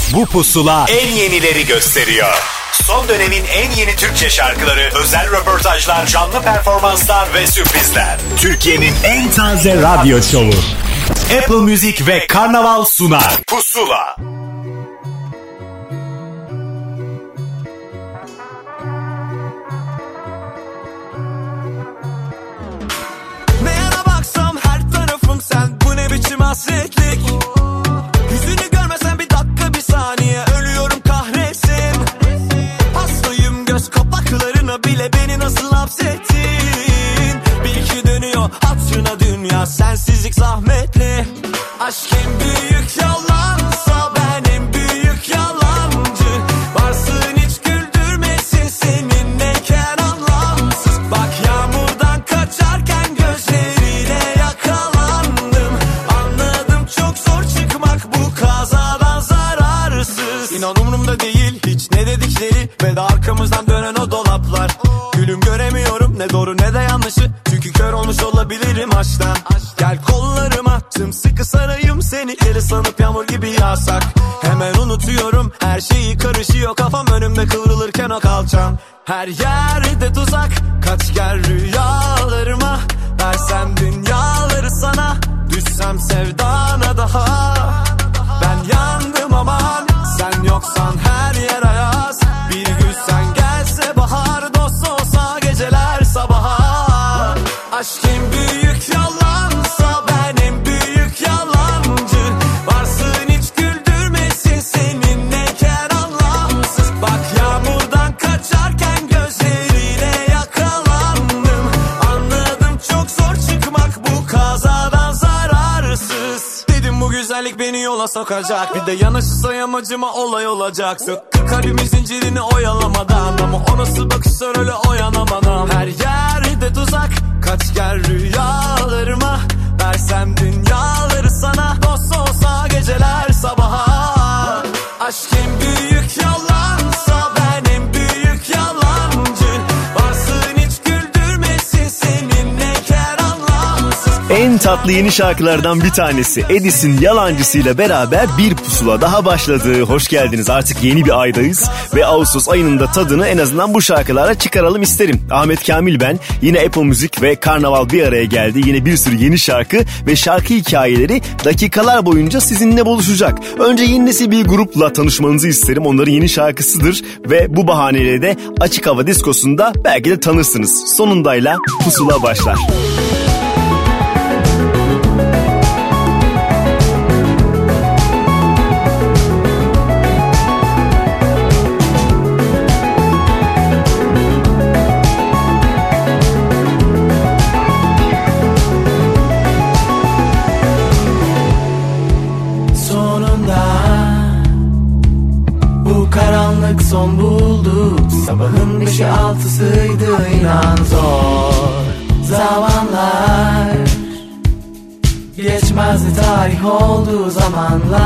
Bu pusula en yenileri gösteriyor. Son dönemin en yeni Türkçe şarkıları, özel röportajlar, canlı performanslar ve sürprizler. Türkiye'nin en taze radyo şovu. Apple Music ve Karnaval sunar. Pusula. Ne yana baksam her tarafım sen, bu ne biçim hasretlik. Yüzünü görmesem bir dakika bir saniye ölüyorum kahretsin. Hastayım göz kapaklarına bile, beni nasıl hapsettin. Bir iki dönüyor hatırına dünya, sensizlik zahmetli. Aşk en büyük yalansa ben en büyük yalancı. Varsın hiç güldürmesin seninleyken anlamsız. Bak yağmurdan kaçarken gözleriyle yakalandım. Anladım çok zor çıkmak bu kazadan zararsız. İnan umurumda değil hiç ne dedikleri ve de arkamızdan dönen o dolaplar. Gülüm göremiyorum ne doğru ne de yanlışı, çünkü kör olmuş olabilirim aşktan. Gel kollarıma sımsıkı sarayım seni, deli sanıp yağmur gibi yağsak. Hemen unutuyorum her şeyi, karışıyor kafam önümde kıvrılırken o kalçam. Her yerde tuzak, kaç gel rüyalarıma. Versem dünyaları sana, düşsem sevdana daha. Ben yandım aman, sen yoksan her yer ayaz. Bir gülsen gelse bahar, dost olsa geceler sabaha. Aşk en büyük yalansa ben en büyük yalancı. Varsın hiç güldürmesin seninleyken anlamsız. Bak yağmurdan kaçarken gözleriyle yakalandım. Anladım çok zor çıkmak bu kazadan zararsız. Dedim bu güzellik beni yola sokacak, bir de yanaşırsa yamacıma olay olacak. Söktü kalbimin zincirini oyalamadan, ama o nasıl bakışlar öyle oyanamadan. Her yerde tuzak, kaç gel rüyalarıma. Versem dünyaları sana, dost olsa geceler sabaha. Aşk en büyük yalansa ben en büyük yalancı. Varsın hiç güldürmesin seninleyken anlamsız. En tatlı yeni şarkılardan bir tanesi Edis'in Yalancısıyla beraber bir pusula daha başladı. Hoş geldiniz. Artık yeni bir aydayız ve Ağustos ayının da tadını en azından bu şarkılarla çıkaralım isterim. Ahmet Kamil ben. Yine Apple Music ve Karnaval bir araya geldi. Yine bir sürü yeni şarkı ve şarkı hikayeleri dakikalar boyunca sizinle buluşacak. Önce yeni nesil bir grupla tanışmanızı isterim. Onların yeni şarkısıdır ve bu bahaneyle de Açık Hava Diskosu'nda belki de tanırsınız. Sonundayla pusula başlar. Son buldu, sabahın 5'i 6'sıydı, inan zor zamanlar. Geçmezdi tarih olduğu zamanlar.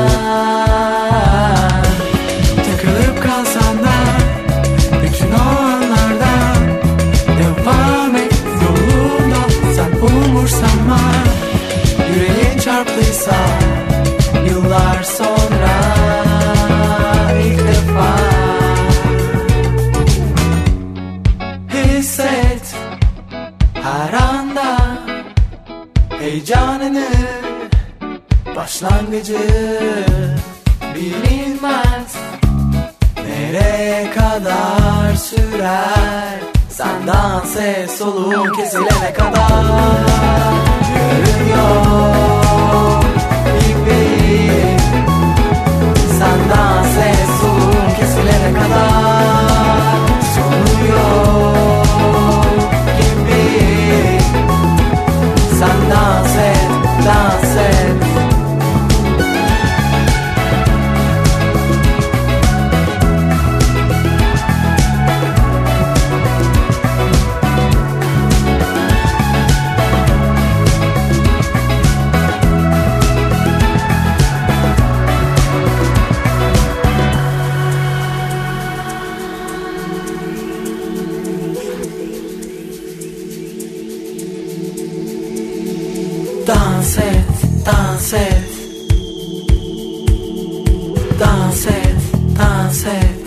Takılıp kalsan da bütün o anlarda, devam et yolunda, sen umursanma. Yüreğin çarptıysa yıllar sonra ilk defa hisset her anda heyecanını, başlangıcı bilinmez nereye kadar sürer. Sen dans et soluğun kesilene kadar. Görünüyor gibi, sen dans et soluğun kesilene kadar. Sonu yok gibi, sen dans et, dans et. dans et, dans et.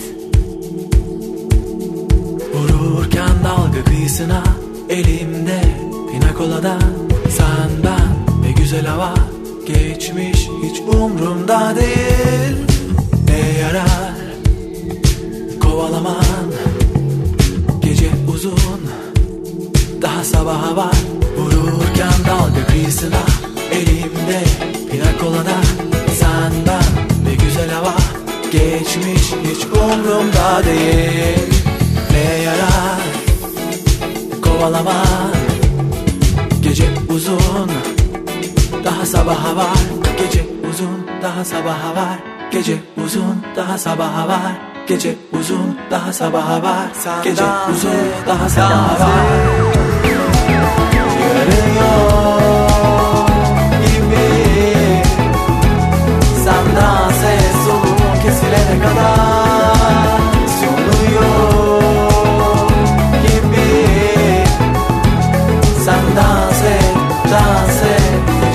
Vururken dalga kıyısına elimde pina colada, sen ben ve güzel hava. Geçmiş hiç umrumda değil. Ne yarar kovalaman, gece uzun daha sabaha var. Vururken dalga kıyısına elimde pina colada, sen ben ve güzel hava. Geçmiş hiç umrumda değil. Ne yarar kovalaman, gece uzun daha sabaha var. Gece uzun daha sabaha var. Gece uzun daha sabaha var. Gece uzun daha sabaha var. Gece uzun daha sabaha var. Yarıyor gibi sen dans et, solun kesilene kadar. Soluyor gibi sen dans et, dans et.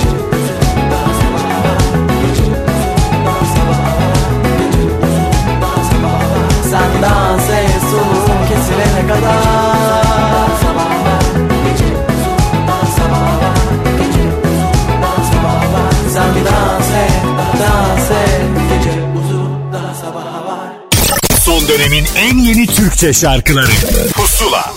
Dans et solun kesilene kadar. Gece uzun daha sabaha var. Gece uzun daha sabaha var. Sen bir dans et, dans et. Gece uzun daha sabaha var. Son dönemin en yeni Türkçe şarkıları Pusula.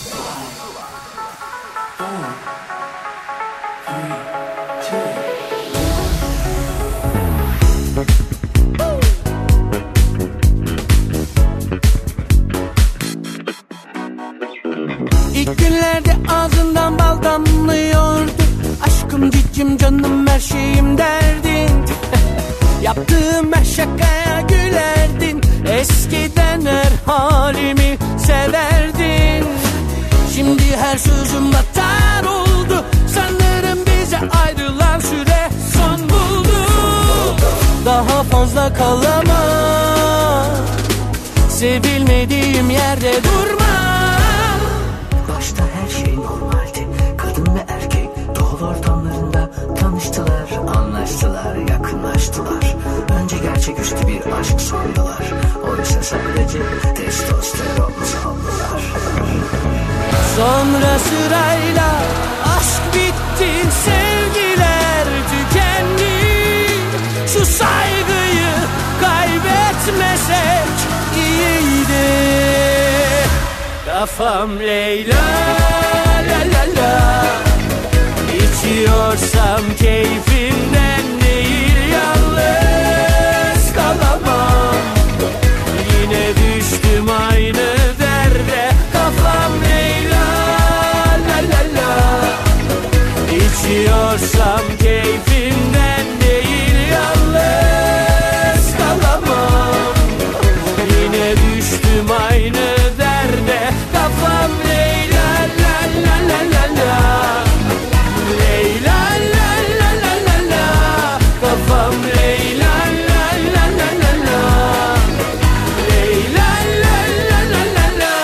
İlk günlerde ağzından bal damlıyordu. Aşkım cicim canım her şeyim derdin. Yaptığım her şakaya gülerdin. Eskiden her halimi severdin. Şimdi her sözüm batar oldu. Sanırım bize ayrılan süre son buldu. Daha fazla kalamam. Sevilmediğim yerde durma. Başta her şey normaldi. Kadın ve erkek doğal ortamlarında tanıştılar, anlaştılar, yakınlaştılar. Önce gerçeküstü bir aşk sandılar. Oysa sadece testosteron sandılar. Sonra sırayla aşk bitti, sevgiler tükendi. Şu saygıyı kaybetmesek iyiydi. Kafam Leyla, la la la. İçiyorsam keyfimden değil, yalnız kalamam. Yine düştüm aynı derde. Kafam Leyla, la la la. İçiyorsam keyfimden değil, yalnız kalamam. Yine düştüm aynı derde. Kafam Leyla, la la la la la. Leyla, la la la la la. Kafam Leyla, la la la la la. Leyla, la la la la la.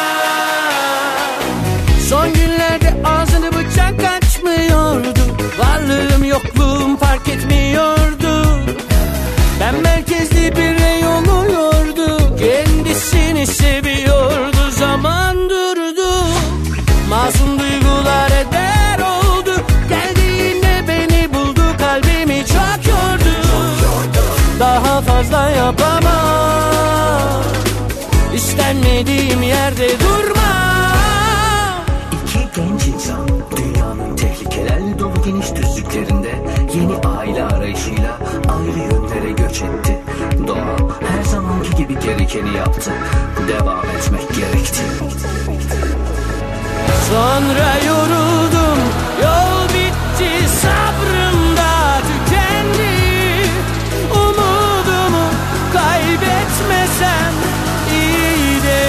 Son günlerde ağzını bıçak açmıyordu. Varlığım yokluğum fark etmiyordu. Ben merkezli bir rey oluyordu. Kendisini seviyordu. Zaman durdu. Masum duygular eder oldu. Geldi yine beni buldu. Kalbimi çok yordu. Daha fazla yapamam. İstenmediğim yerde durma. İki genç insan dünyanın tehlikelerle dolu geniş düzlüklerinde yeni aile arayışıyla ayrı yönlere göç etti. Doğa her zamanki gibi gerekeni yaptı. Devam etmek gerekti. Sonra yoruldum, yol bitti, sabrım da tükendi. Umudumu kaybetmesem iyiydi.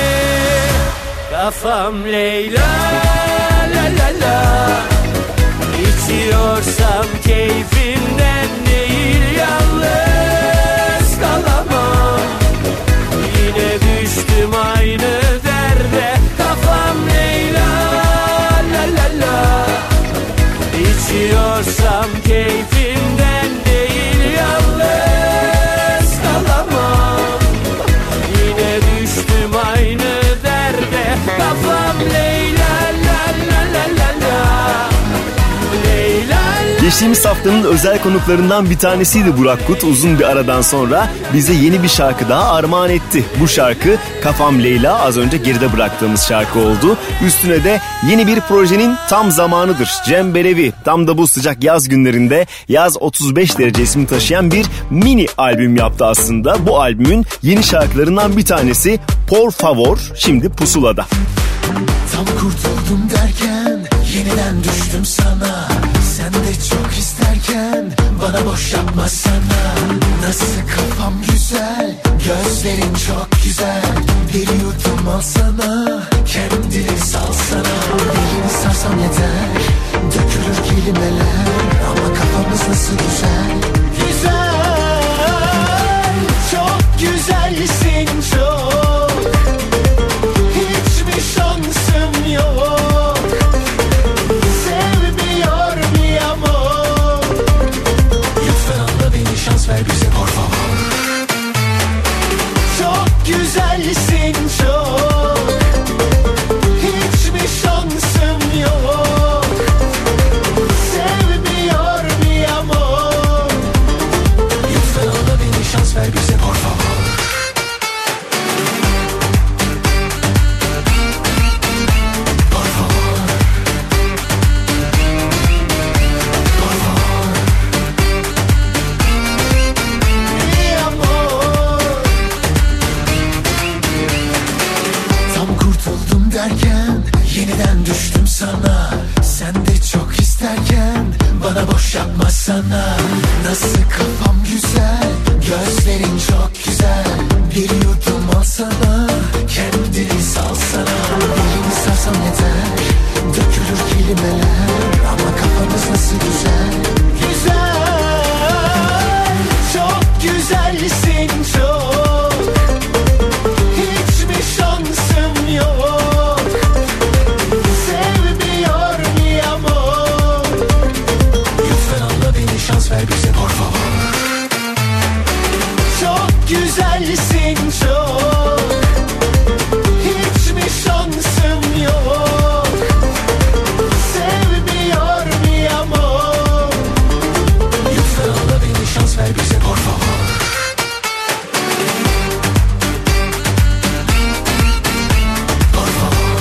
Kafam Leyla, la la la. İçiyorsam keyfimden değil, yalnız kalamam. Yine düştüm aynı derde. Kafam Leyla, la la la. İçiyorsam keyfimden değil, yalnız kalamam. Geçtiğimiz haftanın özel konuklarından bir tanesiydi Burak Kut. Uzun bir aradan sonra bize yeni bir şarkı daha armağan etti. Bu şarkı Kafam Leyla, az önce geride bıraktığımız şarkı oldu. Üstüne de yeni bir projenin tam zamanıdır. Cem Belevi tam da bu sıcak yaz günlerinde Yaz 35 derece ismini taşıyan bir mini albüm yaptı aslında. Bu albümün yeni şarkılarından bir tanesi Por Favor şimdi Pusula'da. Tam kurtuldum derken yeniden düştüm sana. Sen de çok isterken bana boş yapma sana. Nasıl kafam güzel, gözlerin çok güzel. Bir yudum alsana, kendini salsana. Elini sarsam yeter, dökülür kelimeler. Ama kafamız nasıl güzel. Güzel, çok güzelsin çok. Hiçbir şansım yok. Sevmiyor mi amor? Lütfen anla beni, şans ver bize por favor. Çok güzelsin çok. Hiçbir şansım yok. Sevmiyor mi amor? Lütfen anla beni, şans ver bize por favor. Yeniden düştüm sana. Sen de çok isterken bana boş yapma sana. Nasıl kafam güzel, gözlerin çok güzel. Bir yudum alsana, kendini salsana. Elini sarsam yeter, dökülür kelimeler. Ama kafamız nasıl güzel. Güzel, çok güzelsin çok. Hiçbir şansım yok. Şans ver bize por favor. Çok güzelsin çok. Hiçbir şansım yok. Sevmiyor mi amor? Lütfen anla beni, şans ver bize por favor. Por favor.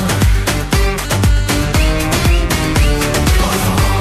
Por favor.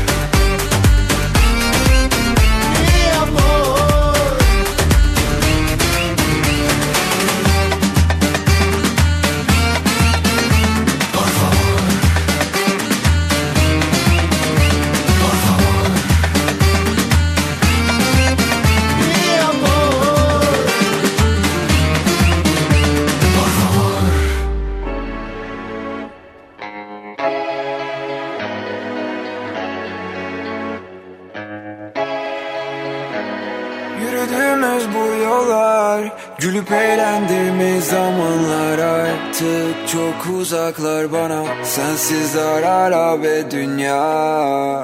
Yürüdüğümüz bu yollar, gülüp eğlendiğimiz zamanlar artık çok uzaklar bana. Sensiz ara ve dünya.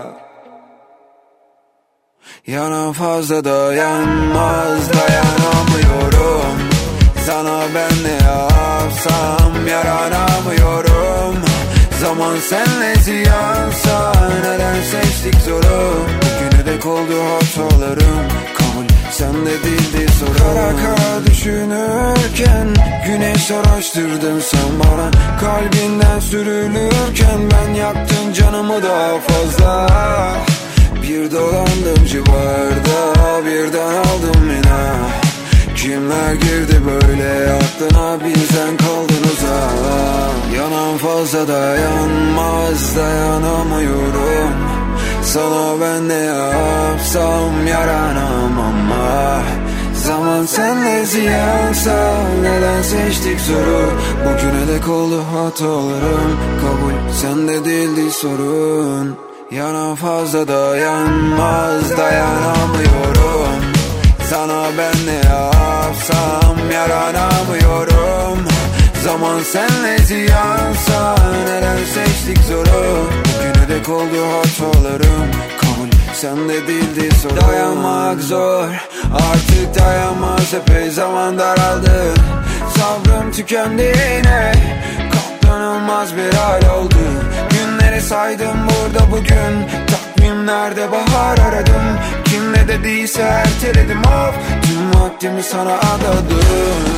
Yana fazla dayanmaz, dayanamıyorum. Sana ben ne yapsam yaranamıyorum. Zaman senle ziyansa neden seçtik zoru? Bugüne dek oldu hatalarım, kabul sende değildi sorun. Kara kara düşünürken güneş araştırdın sen bana. Kalbinden sürülürken ben yaktın canımı daha fazla. Bir dolandım civarda, birden aldım yine. Kimler girdi böyle aklına, bizden kaldın uzak. Yanan fazla dayanmaz, dayanamıyorum. Sana ben ne yapsam yaranamam ama. Zaman senle ziyansa neden seçtik zoru? Bugüne dek oldu hatalarım, kabul sende değildi sorun. Yana fazla dayanmaz, dayanamıyorum. Sana ben ne yapsam yaranamıyorum. Zaman senle ziyansa neden seçtik zoru? Bugüne dek oldu hatalarım, kabul sende değildi sorun. Dayanmak zor, artık dayanmaz, epey zaman daraldı. Sabrım tükendi yine, katlanılmaz bir hal oldu. Günleri saydım burada bugün, Filmlerde bahar aradım, kim ne dediyse erteledim of. Tüm vaktimi sana adadım.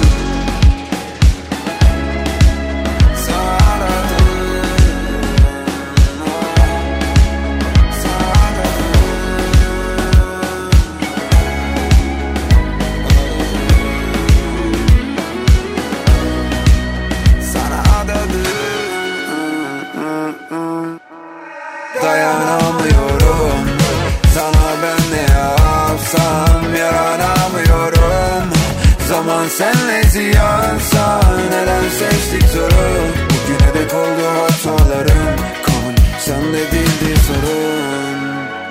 Dayanamıyorum sana, ben ne yapsam yaranamıyorum. Zaman senle ziyansa, neden seçtik zoru? Bugüne dek oldu hatalarım, kabul sende değildi sorun.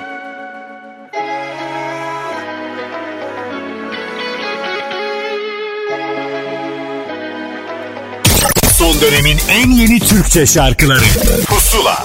Son dönemin en yeni Türkçe şarkıları Pusula.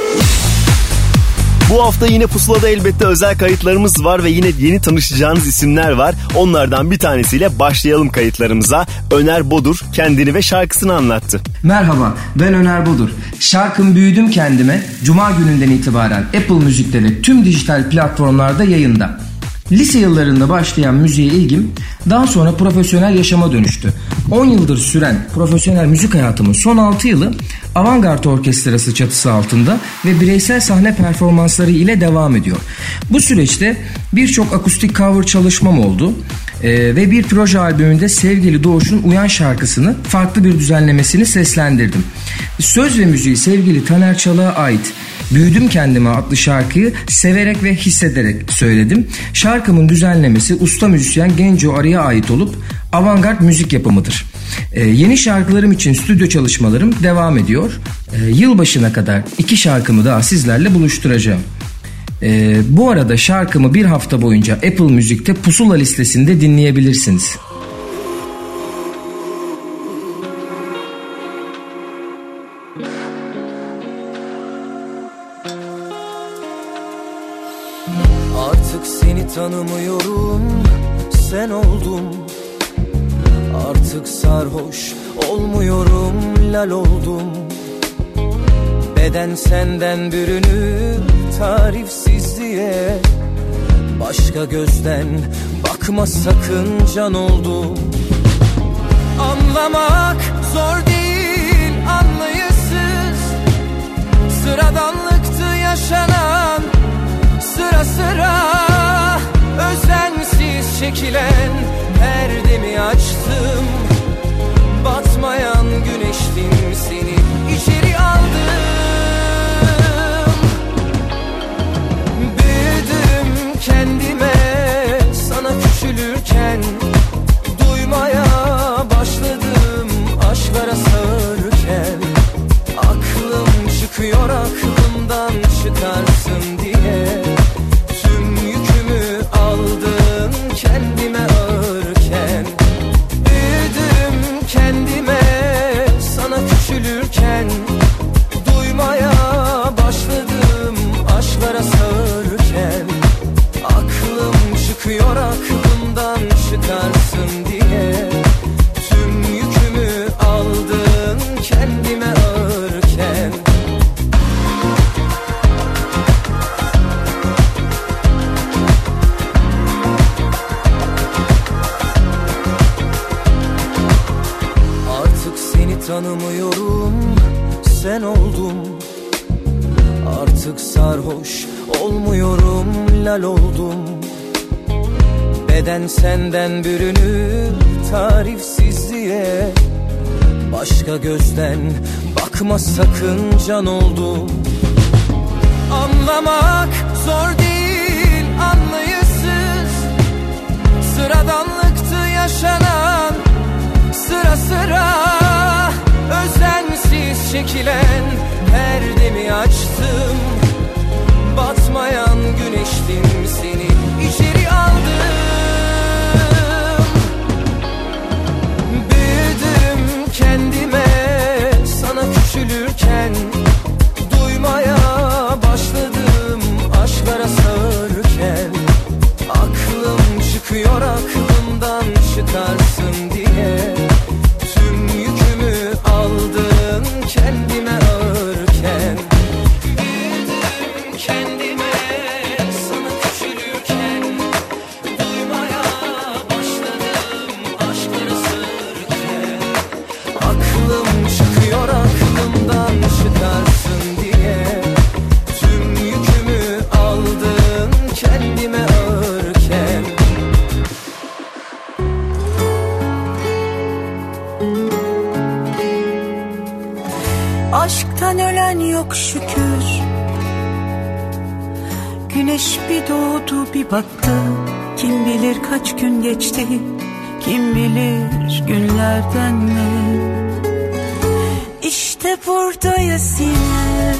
Bu hafta yine Pusula'da elbette özel kayıtlarımız var ve yine yeni tanışacağınız isimler var. Onlardan bir tanesiyle başlayalım kayıtlarımıza. Öner Bodur kendini ve şarkısını anlattı. Merhaba, ben Öner Bodur. Şarkım Büyüdüm Kendime Cuma gününden itibaren Apple Müzik'te ve tüm dijital platformlarda yayında. Lise yıllarında başlayan müziğe ilgim daha sonra profesyonel yaşama dönüştü. 10 yıldır süren profesyonel müzik hayatımın son 6 yılı Avantgard Orkestrası çatısı altında ve bireysel sahne performansları ile devam ediyor. Bu süreçte birçok akustik cover çalışmam oldu. Ve bir proje albümünde sevgili Doğuş'un Uyan şarkısını farklı bir düzenlemesini seslendirdim. Söz ve müziği sevgili Taner Çalık'a ait Büyüdüm Kendime adlı şarkıyı severek ve hissederek söyledim. Şarkımın düzenlemesi usta müzisyen Genco Arı'ya ait olup avantgard müzik yapımıdır. Yeni şarkılarım için stüdyo çalışmalarım devam ediyor. Yılbaşına kadar 2 şarkımı daha sizlerle buluşturacağım. Bu arada şarkımı bir hafta boyunca Apple Müzik'te Pusula listesinde dinleyebilirsiniz. Artık seni tanımıyorum, sen oldum. Artık sarhoş olmuyorum, lal oldum. Beden senden bürünüp tarifsizliğe, başka gözden bakma sakın can oldum. Anlamak zor değil, anlayışsız sıradanlıktı yaşanan, sıra sıra özensiz çekilen perdemi açtım. Batmayan güneştim, seni içeri aldım. Büyüdüm kendime sana küçülürken, duymaya başladım aşklara sağırken. Aklım çıkıyor aklımdan, çıkarsın diye tüm yükümü aldın kendime ağırken. Büyüdüm kendime sana küçülürken, duymaya başladım aşklara sağırken. Aklım çıkıyor aklımdan, çıkarsın diye tüm yükümü aldın kendime ağırken. Artık seni tanımıyorum, sen oldum. Artık sarhoş olmuyorum, lal oldum. Beden senden bürünüp tarifsizliğe, başka gözden bakma sakın can oldum. Anlamak zor değil, anlayışsız sıradanlıktı yaşanan, sıra sıra özensiz çekilen perdemi açtım. Batmayan güneştim, seni içeri aldım. Büyüdüm kendime sana küçülürken, duymaya başladım aşklara sağırken. Aklım çıkıyor aklımdan, çıkarsın diye tüm yükümü aldın kendime Aşktan ölen yok şükür. Güneş bir doğdu bir battı. Kim bilir kaç gün geçti, kim bilir günlerden ne. İşte buradayız yine.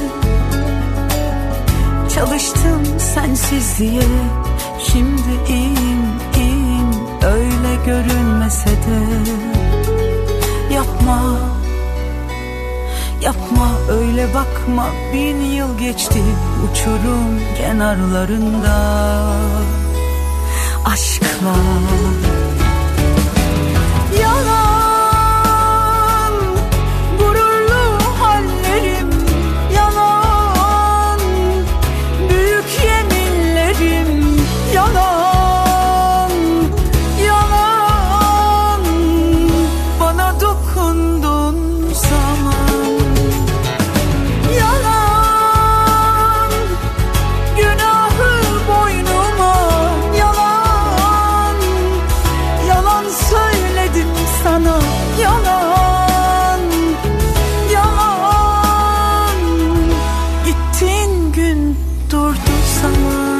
Çalıştım sensiz diye. Şimdi in öyle görünmese de. Yapma, yapma öyle bakma. 1000 yıl geçti uçurum kenarlarında. Aşkla yalan, gururlu hallerim yalan, büyük yeminlerim yalan, yalan, bana dokundun zaman. Yalan, günahı boynuma yalan, yalan söyledim sana yalan, yalan, gittiğin gün durdu zaman.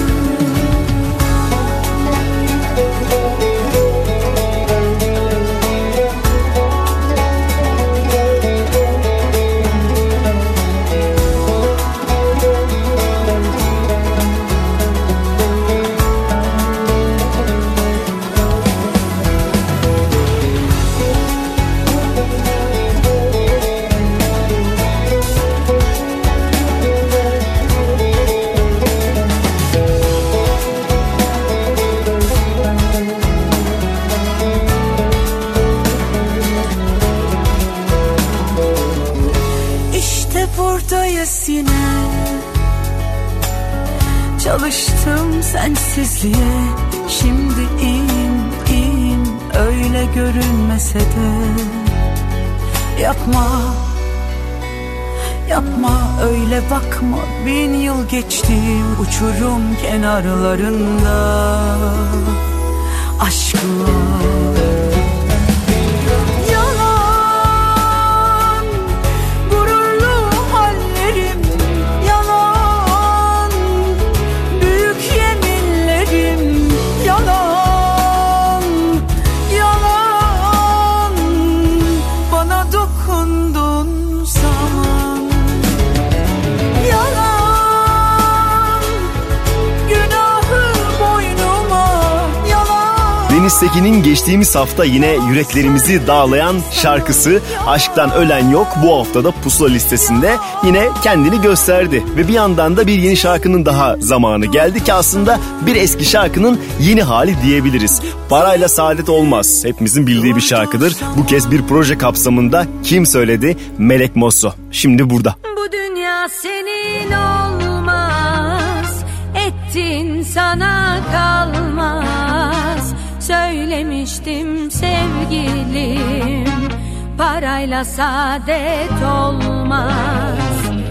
İşte buradayız yine. Çalıştım sensizliğe. Şimdi in öyle görünmese de. Yapma, yapma öyle bakma. 1000 yıl geçti uçurum kenarlarında. Aşkla yalan, gururlu hallerim yalan, büyük yeminlerim yalan, yalan, bana dokundun zaman. Yalan, günahı boynuma yalan. Deniz Tekin'in geçtiğimiz hafta yine yüreklerimizi dağlayan şarkısı Aşktan Ölen Yok bu haftada Pusula listesinde yine kendini gösterdi. Ve bir yandan da bir yeni şarkının daha zamanı geldi ki aslında bir eski şarkının yeni hali diyebiliriz. Parayla saadet olmaz. Hepimizin bildiği bir şarkıdır. Bu kez bir proje kapsamında kim söyledi? Melek Mosso. Şimdi burada. Bu dünya senin olmaz, ettin sana kalmaz. Söylemiştim sevgilim, parayla saadet olmaz.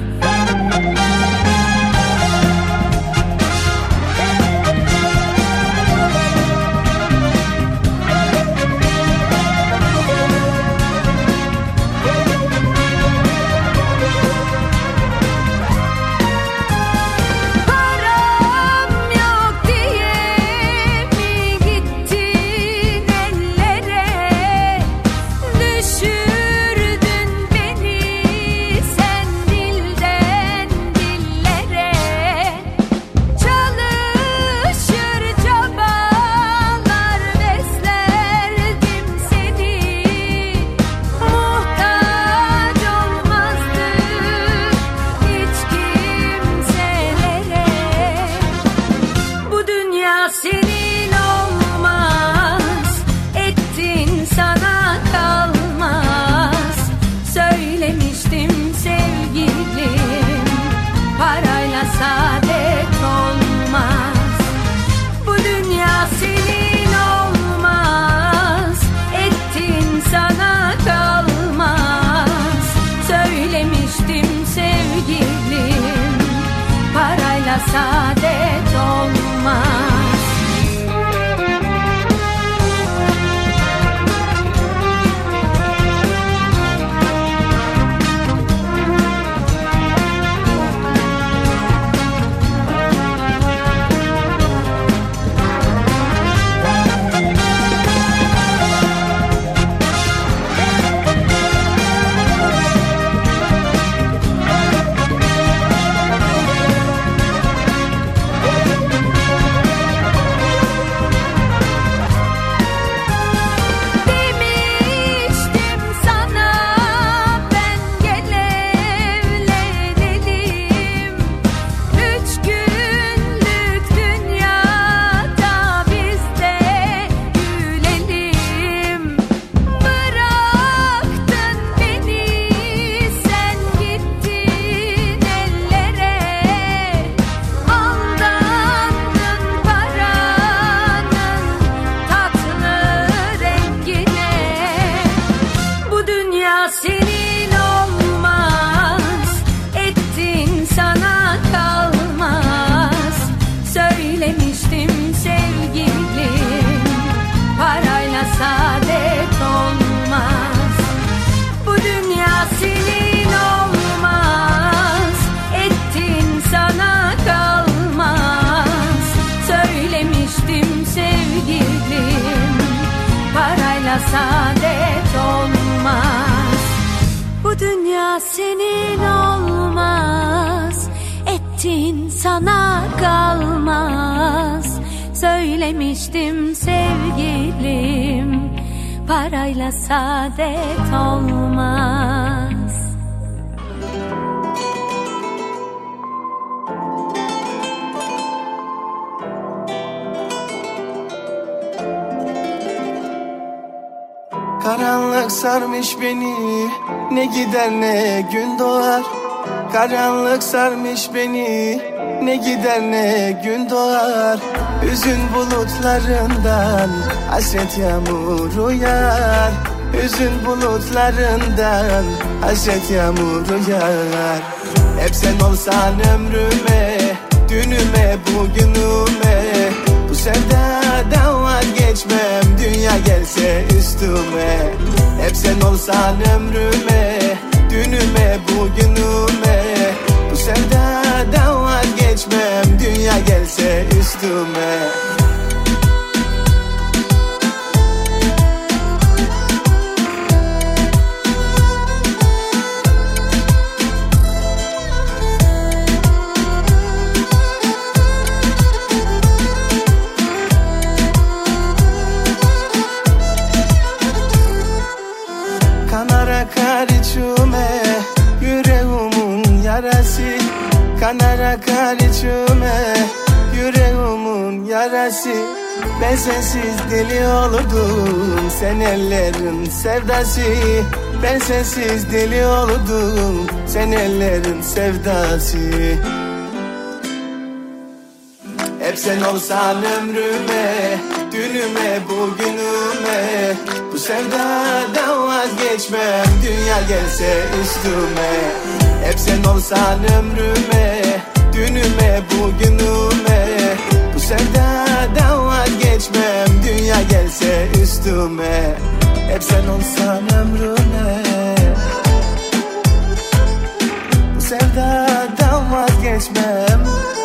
Saadet olmaz. saadet olmaz. Bu dünya senin olmaz, ettiğin sana kalmaz. Söylemiştim sevgilim, parayla saadet olmaz. Karanlık sarmış beni, ne gider ne gün doğar. Karanlık sarmış beni, ne gider ne gün doğar. Hüzün bulutlarından hasret yağmuru yağar. Hüzün bulutlarından hasret yağmuru yağar. Hep sen olsan ömrüme, dünüme bugünüme. Bu sevdadan vazgeçmem, dünya gelse üstüme. Hep sen olsan ömrüme, dünüme bugünüme. Bu sevdadan vazgeçmem, dünya gelse üstüme. Yüreğimin yarası, kanar akar içime. Yüreğimin yarası. Ben sensiz deli olurdum, sen ellerin sevdası. Ben sensiz deli olurdum, sen ellerin sevdası. Hep sen olsan ömrüme, dünüme bugünüme. Bu sevdadan vazgeçmem, dünya gelse üstüme. Hep sen olsan ömrüme, dünüme bugünüme. Bu sevdadan vazgeçmem, dünya gelse üstüme. Hep sen olsan ömrüme, bu sevdadan vazgeçmem.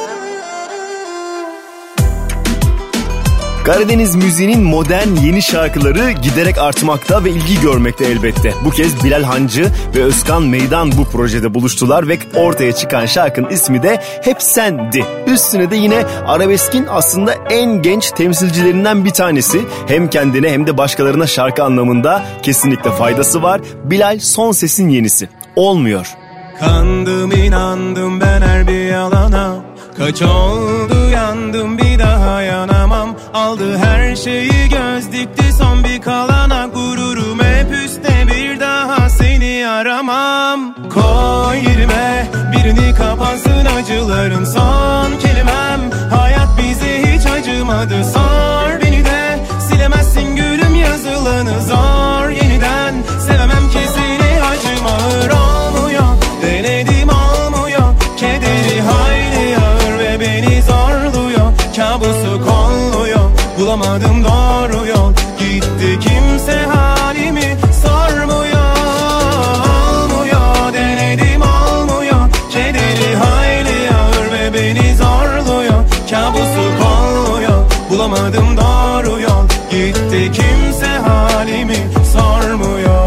Karadeniz müziğinin modern yeni şarkıları giderek artmakta ve ilgi görmekte elbette. Bu kez Bilal Hancı ve Özkan Meydan bu projede buluştular ve ortaya çıkan şarkının ismi de Hep Sen'di. Üstüne de yine arabeskin aslında en genç temsilcilerinden bir tanesi. Hem kendine hem de başkalarına şarkı anlamında kesinlikle faydası var. Bilal son sesin yenisi. Olmuyor. Kandım inandım ben her bir yalana. Kaç oldu yandım bir daha yanamam. Aldı her şeyi göz dikti son bir kalana. Gururum hep üstte bir daha seni aramam. Koy yerime birini kapansın acıların son kelimem. Hayat bize hiç acımadı sor beni de. Silemezsin gülüm yazılanı zor yeniden. Sevemem ki seni acım ağır olmuyor. Denedim olmuyor. Kederi hayli ağır ve beni zorluyor. Kabusu kolluyor. Bulamadım doğru yol. Gitti kimse halimi sormuyor. Olmuyor denedim olmuyor. Kederi hayli ağır ve beni zorluyor. Kabusu kolluyor. Bulamadım doğru yol. Gitti kimse halimi sormuyor.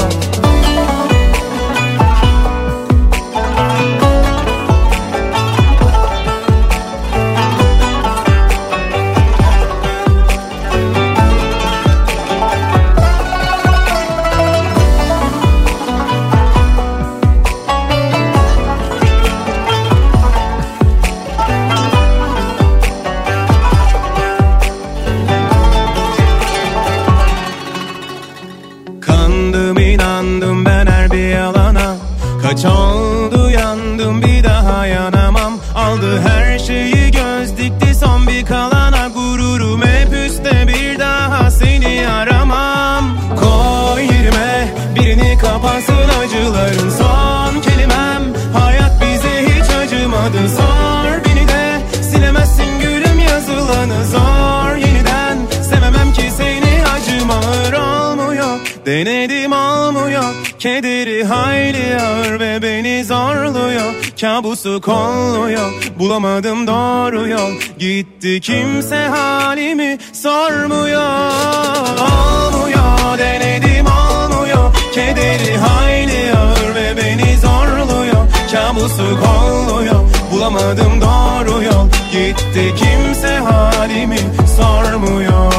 Kaç oldu yandım bir daha yanamam. Aldı her şeyi göz dikti son bir kalana. Gururum hep üstte bir daha seni aramam. Koy yerime birini kapansın acıların son kelimem. Hayat bize hiç acımadı sor beni de. Silemezsin gülüm yazılanı zor yeniden. Sevemem ki seni acım ağır olmuyor. Denedim olmuyor. Kederi hayli ağır ve beni zorluyor. Kabusu kolluyor. Bulamadım doğru yol. Gitti kimse halimi sormuyor. Olmuyor denedim olmuyor. Kederi hayli ağır ve beni zorluyor. Kabusu kolluyor, bulamadım doğru yol. Gitti kimse halimi sormuyor.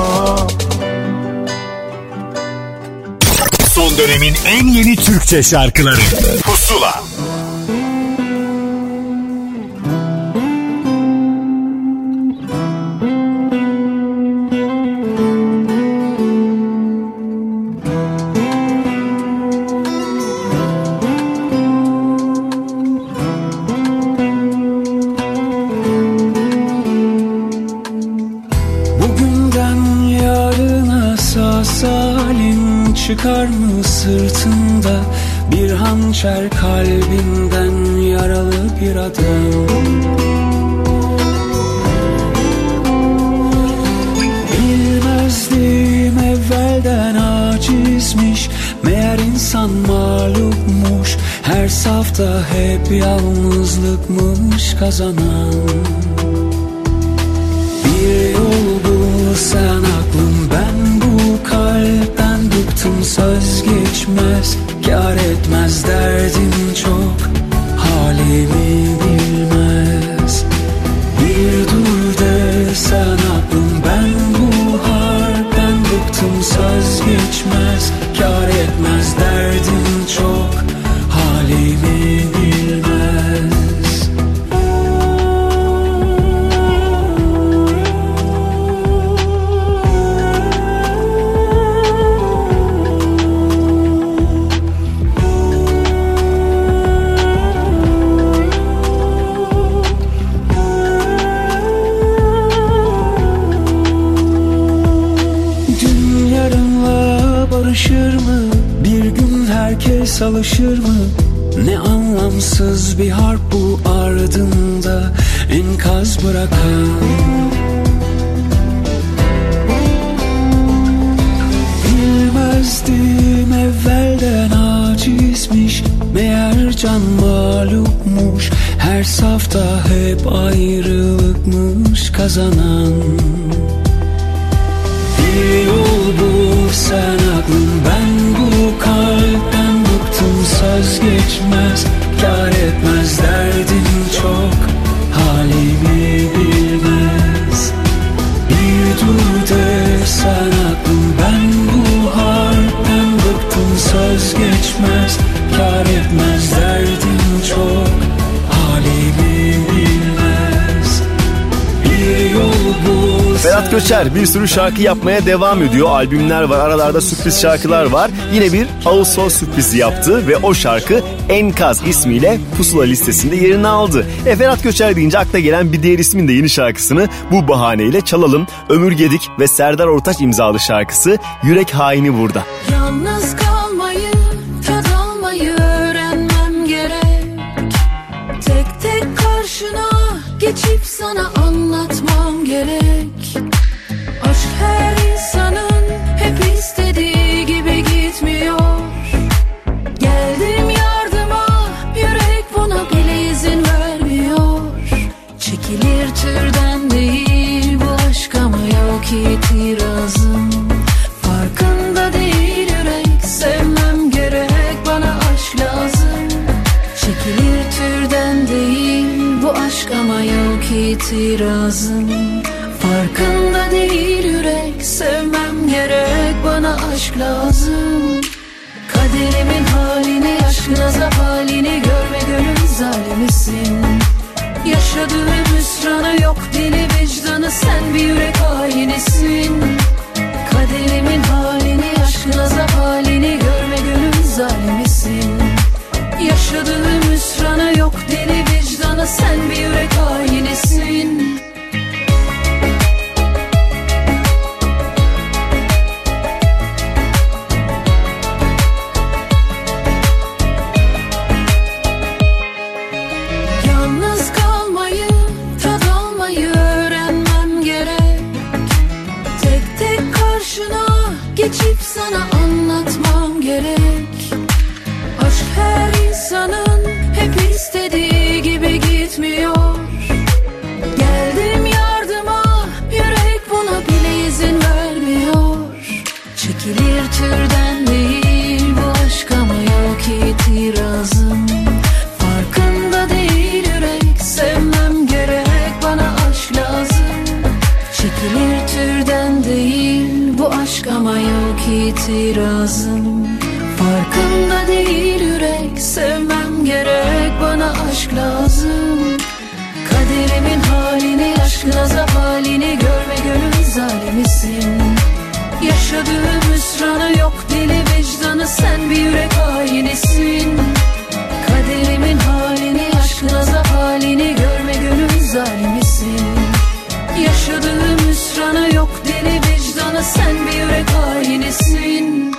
Son dönemin en yeni Türkçe şarkıları Pusula. Çıkar mı sırtında bir hançer, kalbinden yaralı bir adam? Bilmezdim evvelden acizmiş, meğer insan mağlupmuş. Her safta hep yalnızlıkmış kazanan. Bir yol bul sen aklım, ben bu kalpten bıktım. Söz geçmez, kâr etmez, derdim çok, halimi bilmez. Bir dur de sen aklım, ben bu harpten bıktım. Söz geçmez, kâr etmez, derdim çok, halimi bilmez. Mı? Bir gün herkes alışır mı? Ne anlamsız bir harp bu, ardında enkaz bırakan. Bilmezdim evvelden acizmiş, meğer can mağlupmuş. Her safta hep ayrılıkmış kazanan. Bir yol bul sen aklım, ben bu kalpten bıktım. Söz geçmez, kâr etmez, derdim çok, halimi bilmez. Bir dur de sen aklım, ben bu harpten bıktım. Söz geçmez, kâr etmez, derdim çok, halimi bilmez. Bir yol bul. Ferhat Göçer bir sürü şarkı yapmaya devam ediyor. Albümler var, aralarda sürpriz şarkılar var. Yine bir Ağustos sürprizi yaptı ve o şarkı Enkaz ismiyle Pusula listesinde yerini aldı. Ferhat Göçer deyince akla gelen bir diğer ismin de yeni şarkısını bu bahaneyle çalalım. Ömür Gedik ve Serdar Ortaç imzalı şarkısı Yürek Haini burada. Yalnız kalmayı, tad almayı öğrenmem gerek. Tek tek karşına geçip sana anlatmam gerek. Aşk her insanın hep istediği gibi gitmiyor. Geldim yardıma, yürek buna bile izin vermiyor. Çekilir türden değil bu aşk ama yok itirazım. Farkında değil yürek, sevmem gerek, bana aşk lazım. Çekilir türden değil bu aşk ama yok itirazım. Farkında değil yürek, sevmem gerek, bana aşk lazım. Kaderimin halini, aşkın azap halini görme gönül zalimisin. Yaşadığım hüsranı yok dili vicdanı, sen bir yürek hainisin. Kaderimin halini, aşkın azap halini görme gönül zalimisin. Yaşadığım hüsranı yok dili vicdanı, sen bir yürek hainisin. Yalnız kalmayı, tad almayı öğrenmem gerek. Tek tek karşına geçip sana anlatmam gerek. Aşk her insanın hep istediği gibi gitmiyor. Geldim yardıma, yürek buna bile izin vermiyor. Çekilir türden değil bu aşk ama yok itirazım. Farkında değil yürek, sevmem gerek, bana aşk lazım. Çekilir türden değil bu aşk ama yok itirazım. Farkında değil yürek, sevmem gerek, bana aşk lazım. Kaderimin halini, aşkın azap halini görme gönül zalimisin. Yaşadığım hüsranı yok deli vicdanı, sen bir yürek hainisin. Kaderimin halini, aşkın azap halini görme gönül zalimisin. Yaşadığım hüsranı yok deli vicdanı, sen bir yürek hainisin.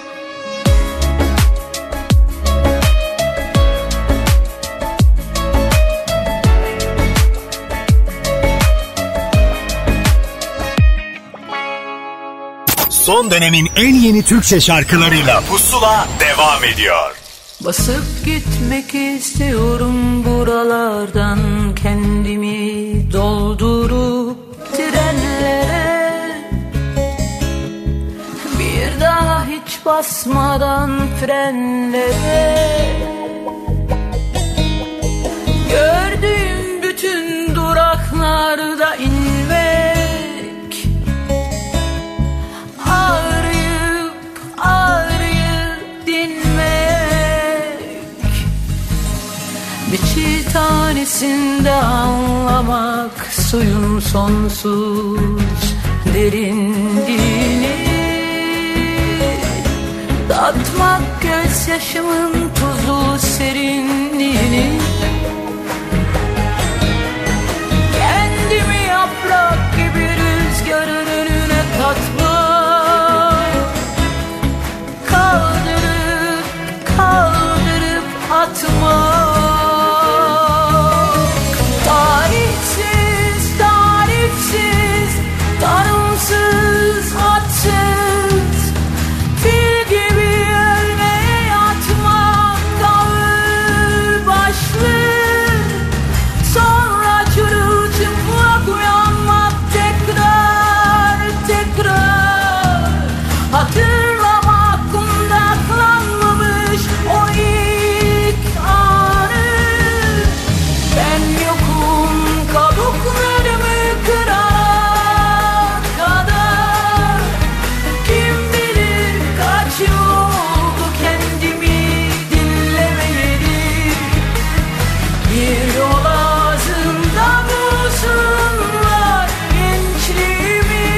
Son dönemin en yeni Türkçe şarkılarıyla Pusula devam ediyor. Basıp gitmek istiyorum buralardan, kendimi doldurup trenlere. Bir daha hiç basmadan frenlere. Gördüğüm bütün duraklarda inmek. Ağrıyıp dinmek. Bir çiğ tanesinde anlamak suyun sonsuz derinliğini. Tatmak gözyaşımın tuzlu serinliğini. Kendimi yaprak gibi rüzgarın önüne katmak. Kaldırıp atmak. Tarihsiz, tarifsiz, tanımsız, hadsız, fil gibi ölmeye yatmak. Ağır başlı, sonra çırılçıplak uyanmak. Tekrar, tekrar hatırlamak, kundaklanmamış o ilk anı. Ben yokum kabuklarımı kırar kadar. Kim bilir kaç yıl oldu kendimi dinlemeyeli. Bir yol ağzında bulsunlar gençliğimi.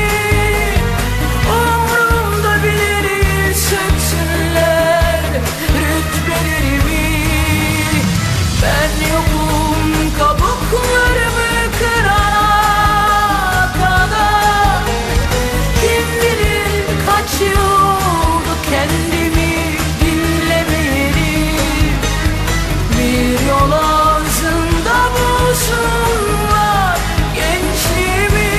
Umrumda bile değil, söksünler rütbelerimi. Ben yokum kabuklarımı kırana kadar. Kim bilir kaç yıl oldu kendimi dinlemeyeli. Bir yol ağzında bulsunlar gençliğimi.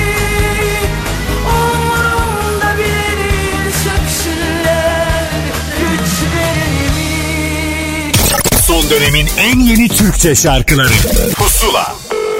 Umurumda bile değil, söksünler rütbelerimi. Son dönemin en yeni Türkçe şarkıları Pusula.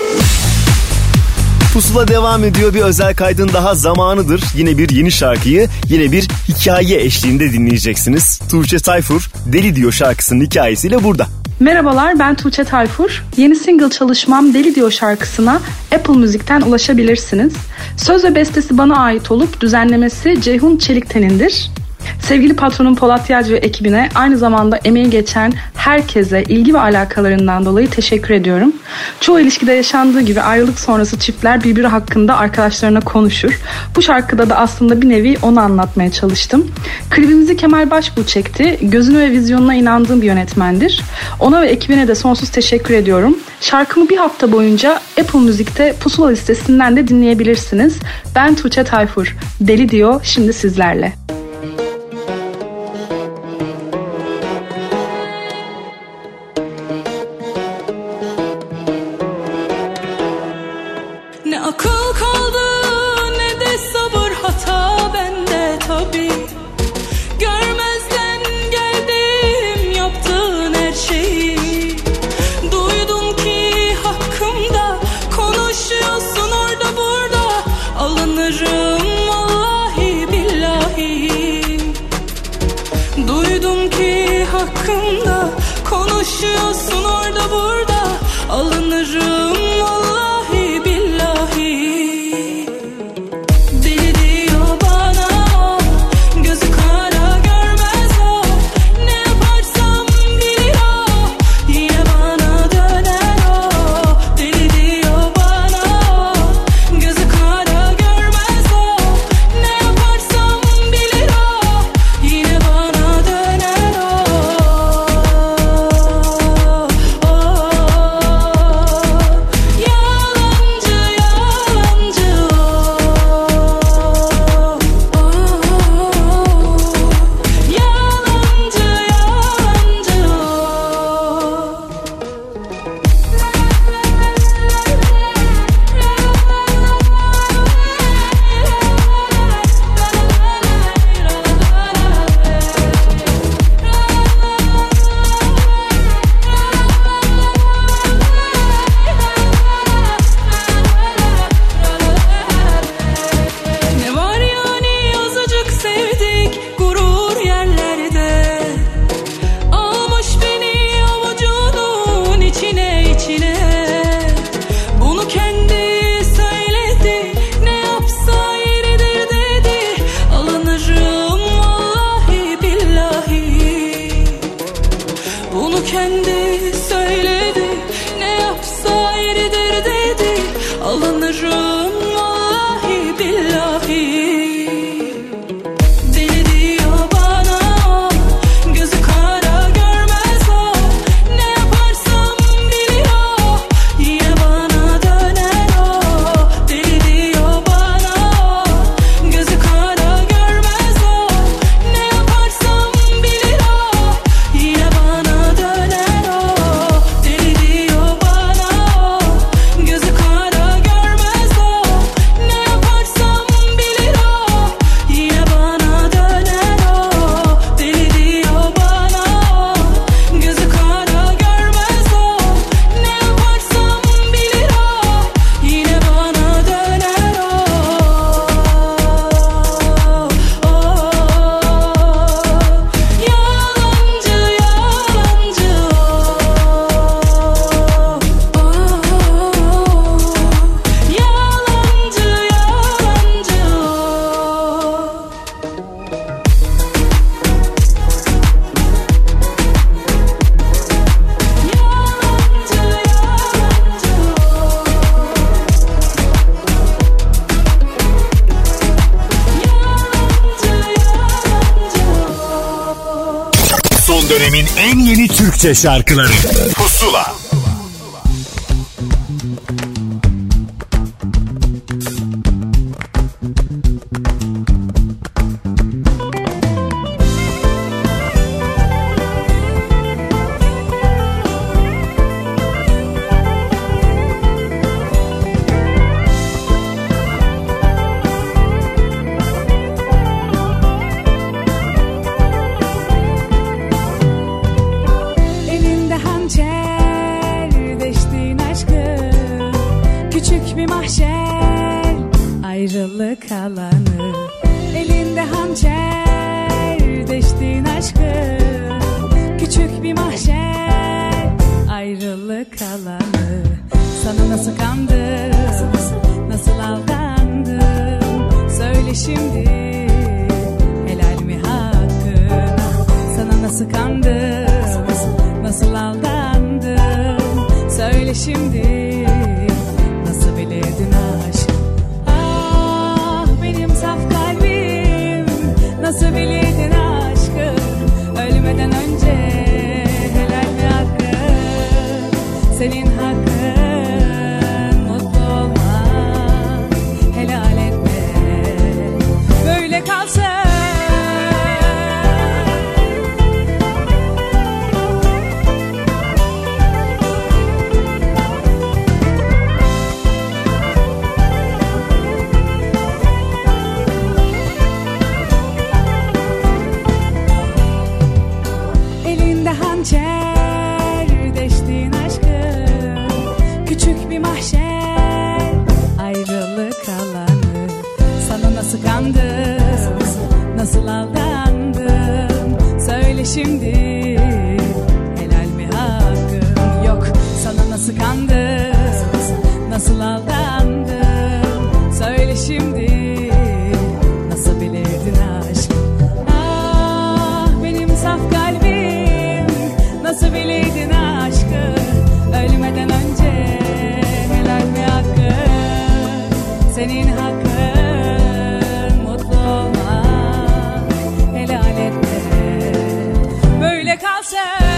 Pusula devam ediyor. Bir özel kaydın daha zamanıdır. Yine bir yeni şarkıyı, yine bir hikaye eşliğinde dinleyeceksiniz. Tuğçe Tayfur Deli Diyor şarkısının hikayesiyle burada. Merhabalar, ben Tuğçe Tayfur. Yeni single çalışmam Deli Diyor şarkısına Apple Müzik'ten ulaşabilirsiniz. Söz ve bestesi bana ait olup düzenlemesi Ceyhun Çelikten'indir. Sevgili patronum Polat Yağcı ve ekibine, aynı zamanda emeği geçen herkese ilgi ve alakalarından dolayı teşekkür ediyorum. Çoğu ilişkide yaşandığı gibi ayrılık sonrası çiftler birbiri hakkında arkadaşlarına konuşur. Bu şarkıda da aslında bir nevi onu anlatmaya çalıştım. Klibimizi Kemal Başbuğ çekti. Gözüne ve vizyonuna inandığım bir yönetmendir. Ona ve ekibine de sonsuz teşekkür ediyorum. Şarkımı bir hafta boyunca Apple Müzik'te Pusula listesinden de dinleyebilirsiniz. Ben Tuğçe Tayfur. Deli Diyor şimdi sizlerle. Ne akıl kaldı ne de sabır, hata bende tabii. Görmezden geldim yaptığın her şeyi. Duydum ki hakkımda konuşuyorsun orada burada. Alınırım vallahi billahi. duydum ki hakkımda konuşuyorsun orada burada. Alınırım vallahi billahi. Deli diyor bana o, gözü kara görmez o. Ne yaparsam biliyor, yine bana döner o. Deli diyor bana o, gözü kara görmez o. Ne yaparsam biliyor, yine bana döner o. Ne var yani azıcık sevdik gurur yerlerde. Almış beni avucunun içine içine. Bunu kendi söyledi, ne yapsa yeridir dedi. Alınırım vallahi billahi. Bunu kendi söyledi, ne yapsa yeridir dedi. Alınırım vallahi billahi. Deli diyor bana o, gözü kara görmez o. Ne yaparsam biliyor, yine bana döner o. Deli diyor bana o, gözü kara görmez o. Ne yaparsam biliyor, yine bana döner o. Deli diyor bana o, gözü kara görmez o. Ne yaparsam biliyor, yine bana döner o. Deli diyor bana o, gözü kara görmez o. Ne yaparsam biliyor, yine bana döner Son dönemin en yeni Türkçe şarkıları Pusula. Elinde hançer deştiğin aşkı, küçük bir mahşer ayrılık alanı. Elinde hançer deştiğin aşkı, küçük bir mahşer ayrılık alanı. Sana nasıl kandım, nasıl aldandım, söyle şimdi helal mi hakkına. Sana nasıl kandım, nasıl aldandım, söyle şimdi nasıl bilirdin aşk. Ah benim saf kalbim, nasıl bilirdin aşkı. Ölmeden önce helal mi hakkın, senin hakkın mutlu olmak, helal etme böyle kalsın. Elinde hançer deştiğin aşkı, küçük bir mahşer ayrılık alanı. Sana nasıl kandım, nasıl aldandım, söyle şimdi, helal mi hakkım? Yok sana nasıl kandım, nasıl aldandım? Söyle şimdi, nasıl bilirdin aşk? Ah benim saf kalbim, nasıl bilirdin aşkı? Ölmeden önce helal mi hakkım? Senin hakkın mutlu olmak, helal et de böyle kalsın.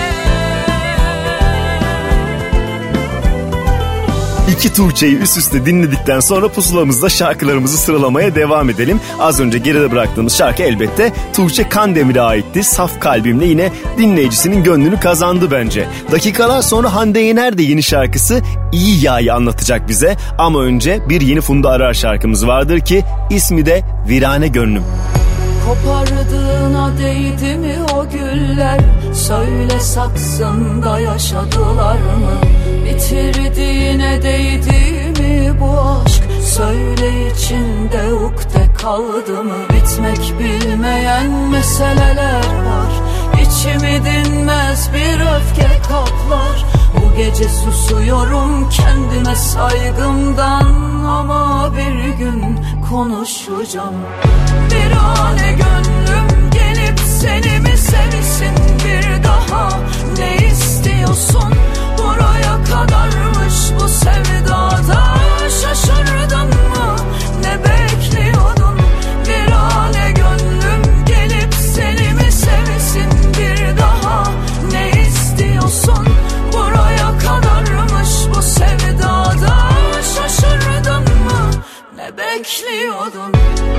İki Tuğçe'yi üst üste dinledikten sonra pusulamızda şarkılarımızı sıralamaya devam edelim. Az önce geride bıraktığımız şarkı elbette Tuğçe Kandemir'e aitti. Saf kalbimle yine dinleyicisinin gönlünü kazandı bence. Dakikalar sonra Hande Yener de yeni şarkısı İyi Ya'yı anlatacak bize. Ama önce bir yeni Funda Arar şarkımız vardır ki ismi de Virane Gönlüm. Kopardığına değdi mi o güller? Söyle saksında yaşadılar mı? Bitirdiğine değdi mi bu aşk? Söyle içinde ukde kaldı mı? Bitmek bilmeyen meseleler var. İçimi dinmez bir öfke kaplar. Bu gece susuyorum kendime saygımdan. Ama bir gün konuşacağım. Virane gönlüm gelip seni mi sevsin bir daha? Ne istiyorsun? Buraya kadarmış bu sevdada. Şaşırdın mı? Ne bekliyordun? Virane gönlüm gelip seni mi sevsin bir daha? Ne istiyorsun? Buraya kadarmış bu sevdada. Şaşırdın mı? Ne bekliyordun?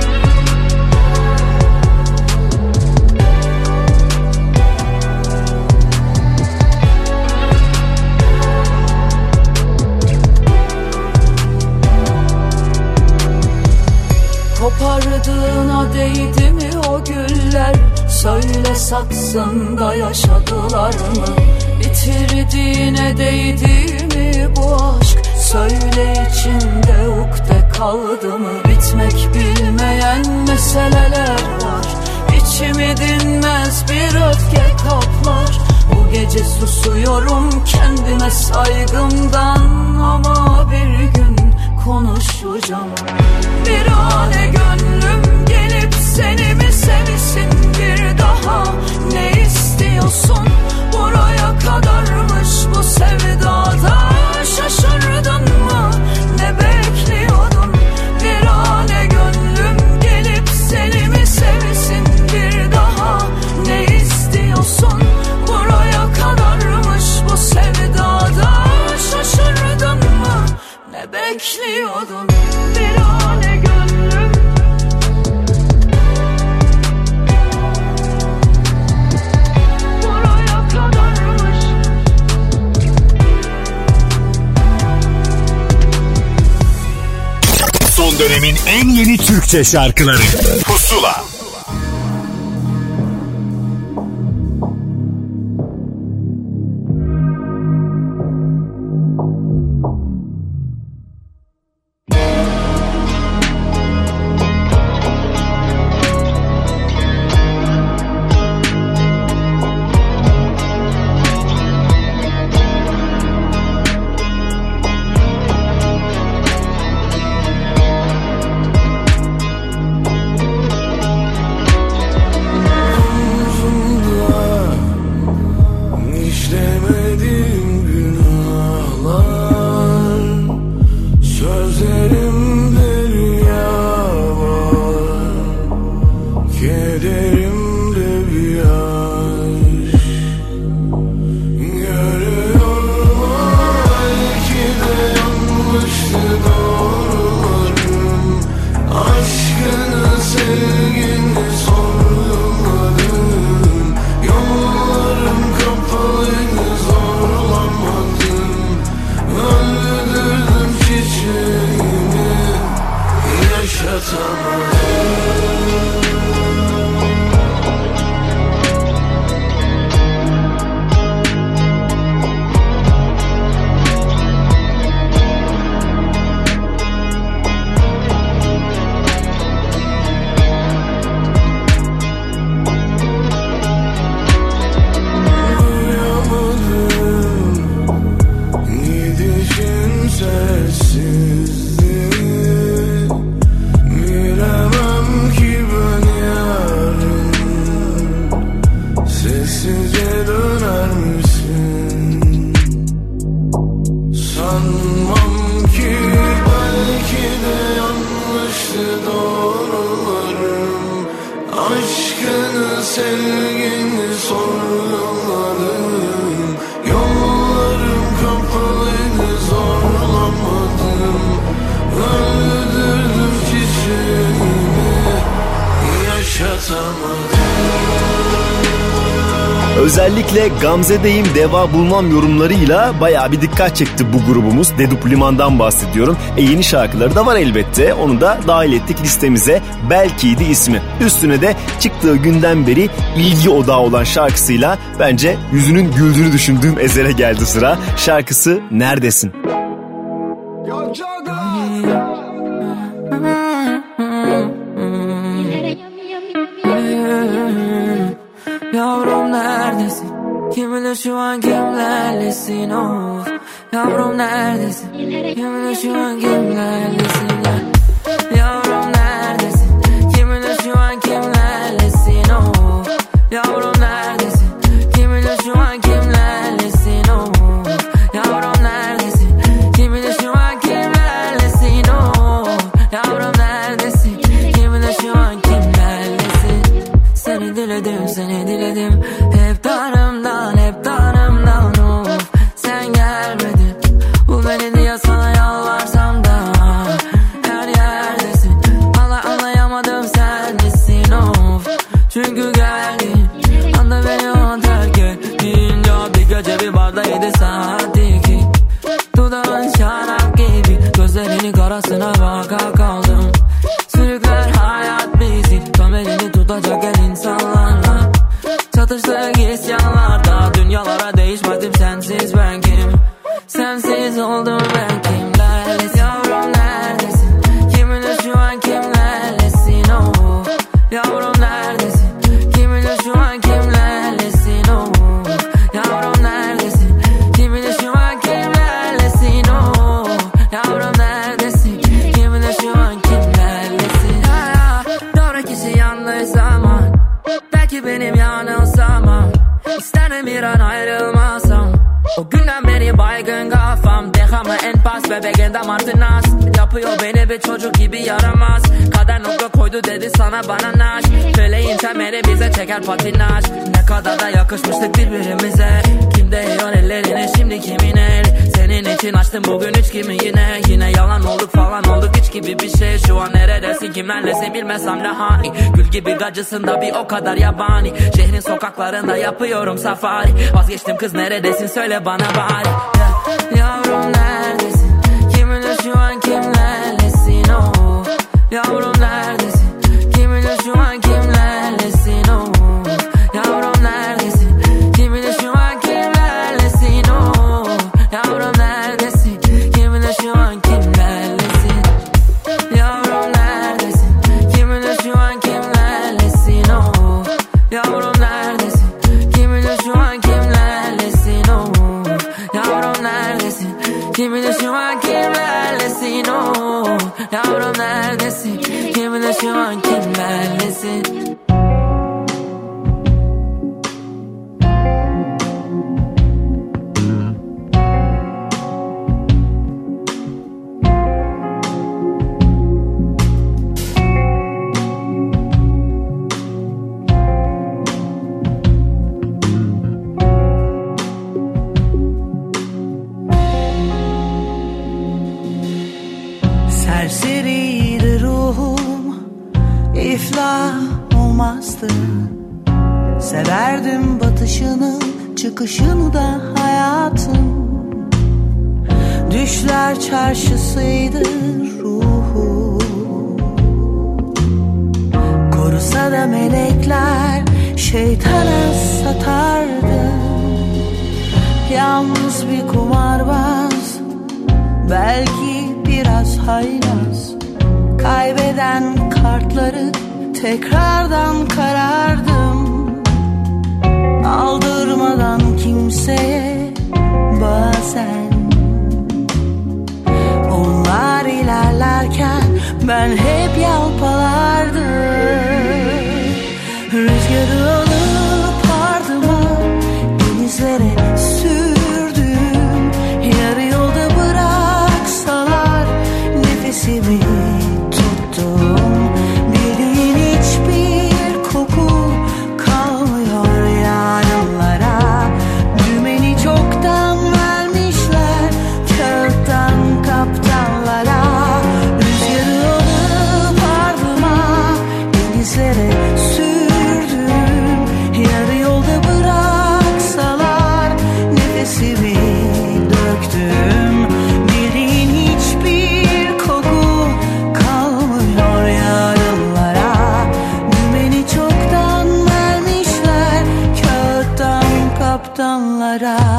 Kopardığına değdi mi o güller? Söyle saksında yaşadılar mı? Bitirdiğine değdi mi bu aşk? Söyle içinde ukde kaldı mı? Bitmek bilmeyen meseleler var. İçimi dinmez bir öfke kaplar. Bu gece susuyorum kendime saygımdan. Ama bir gün konuşacağım. Virane gönlüm gelip seni mi sevsin bir daha? Ne istiyorsun? Buraya kadarmış bu sevdada. Şaşırdın mı? Ne bekliyordun? Virane gönlüm gelip seni mi sevsin bir daha? Ne istiyorsun? Buraya kadarmış bu sevdada. Şaşırdın mı? Ne bekliyordun? Virane gönlüm. Buraya kadarmış. Son dönemin en yeni Türkçe şarkıları Pusula. sessizce döner misin? Sanmam ki, belki de yanlıştı doğrularım. Aşkını, sevgini sorguladım. Yollarım kapalıydı, zorlamadım. Öldürdüm çiçeğimi, yaşatamadım. Özellikle Gamze'deyim deva bulmam yorumlarıyla bayağı bir dikkat çekti bu grubumuz. Dedup Liman'dan bahsediyorum. Yeni şarkıları da var elbette. Onu da dahil ettik listemize. Belkiydi ismi. Üstüne de çıktığı günden beri ilgi odağı olan şarkısıyla bence yüzünün güldüğünü düşündüğüm Ezer'e geldi sıra. Şarkısı Neredesin? Yavrum neredesin? Kim bilir şu an kimlerlesin of. Yavrum neredesin? Kim bilir şu an kimlerlesin Yavrum neredesin? Kim bilir şu an kimlerlesin of. Yavrum neredesin? Kim bilir şu an kimlerlesin of. Yavrum neredesin? Kim bilir şu an kimlerlesin of. Yavrum neredesin? Kim bilir şu an kimlerlesin. Seni diledim, seni diledim. Hep darımdan of. Sen gelmedin. Bu beni diye sana yalvarsam da her yerdesin. Anlayamadım sen nesin of. Çünkü geldin anda beni o terk ettin. Bir gece bir barda 7 saatti ki dudağın şarap gibi. Gözlerinin karasına baka kaldım. Sürükler hayat bizi, tam elini tutacak el insanlarla. Çatıştık isyanlarda, dünyalara değişmedim sensiz ben kim? Sensiz oldum ben kimlerlesin? Yavrum neredesin? Kim bilir şu an kimlerlesin oh. Yavrum neredesin? Kim bilir şu an kimlerlesin oh. Yavrum neredesin? Kim bilir şu an kimlerlesin oh. Yavrum neredesin? Kim bilir şu an kimlerlesin? Doğru kişi yanlış zaman. Belki benim yanılsamam. İsterim bir an ayrılmasam. O günden beri baygın kafam. Dehamı en pas bebeğinde martinas. Yapıyor beni bir çocuk gibi yaramaz. Kader nokta koydu dedi sana bana naş. Feleğin temeli bize çeker patinaj. Ne kadar da yakışmıştık birbirimize. Kim değiyor ellerine şimdi kimin el? Senin için açtım bugün üç kimi yine. Yine yalan olduk falan olduk hiç gibi bir şey. Şu an neredesin kimlerlesin bilmesem ne hani. Gül gibi gacısın da bir o kadar yabani. Şehrin sokaklarında yapıyorum safari. Vazgeçtim kız neredesin söyle bana bari. Yavrum neredesin? Kim bilir şu an kimlerlesin oh. Yavrum neredesin? Kim bilir şu an kimlerlesin oh. Yavrum neredesin? Kim bilir şu an kimlerlesin oh. Yavrum neredesin? Kim bilir şu an kimlerlesin? Yavrum neredesin? Kim bilir şu an kimlerlesin oh. Yavrum neredesin? Kim bilir şu an kimlerlesin oh. Yavrum neredesin? Kim bilir şu an kimlerlesin oh. Yavrum neredesin? Kim bilir şu an kimlerlesin? Serseriydi ruhum, iflah olmazdı. Severdim batışını, çıkışını da hayatım. Düşler çarşısıydı ruhum. Korusa da melekler şeytana satardı. Yalnız bir kumarbaz, belki biraz haylaz. Kaybeden kartları tekrardan karardım. Aldırmadan kimseye bazen. Onlar ilerlerken ben hep yalpalardım. Rüzgarı alıp ardıma kaptanlara.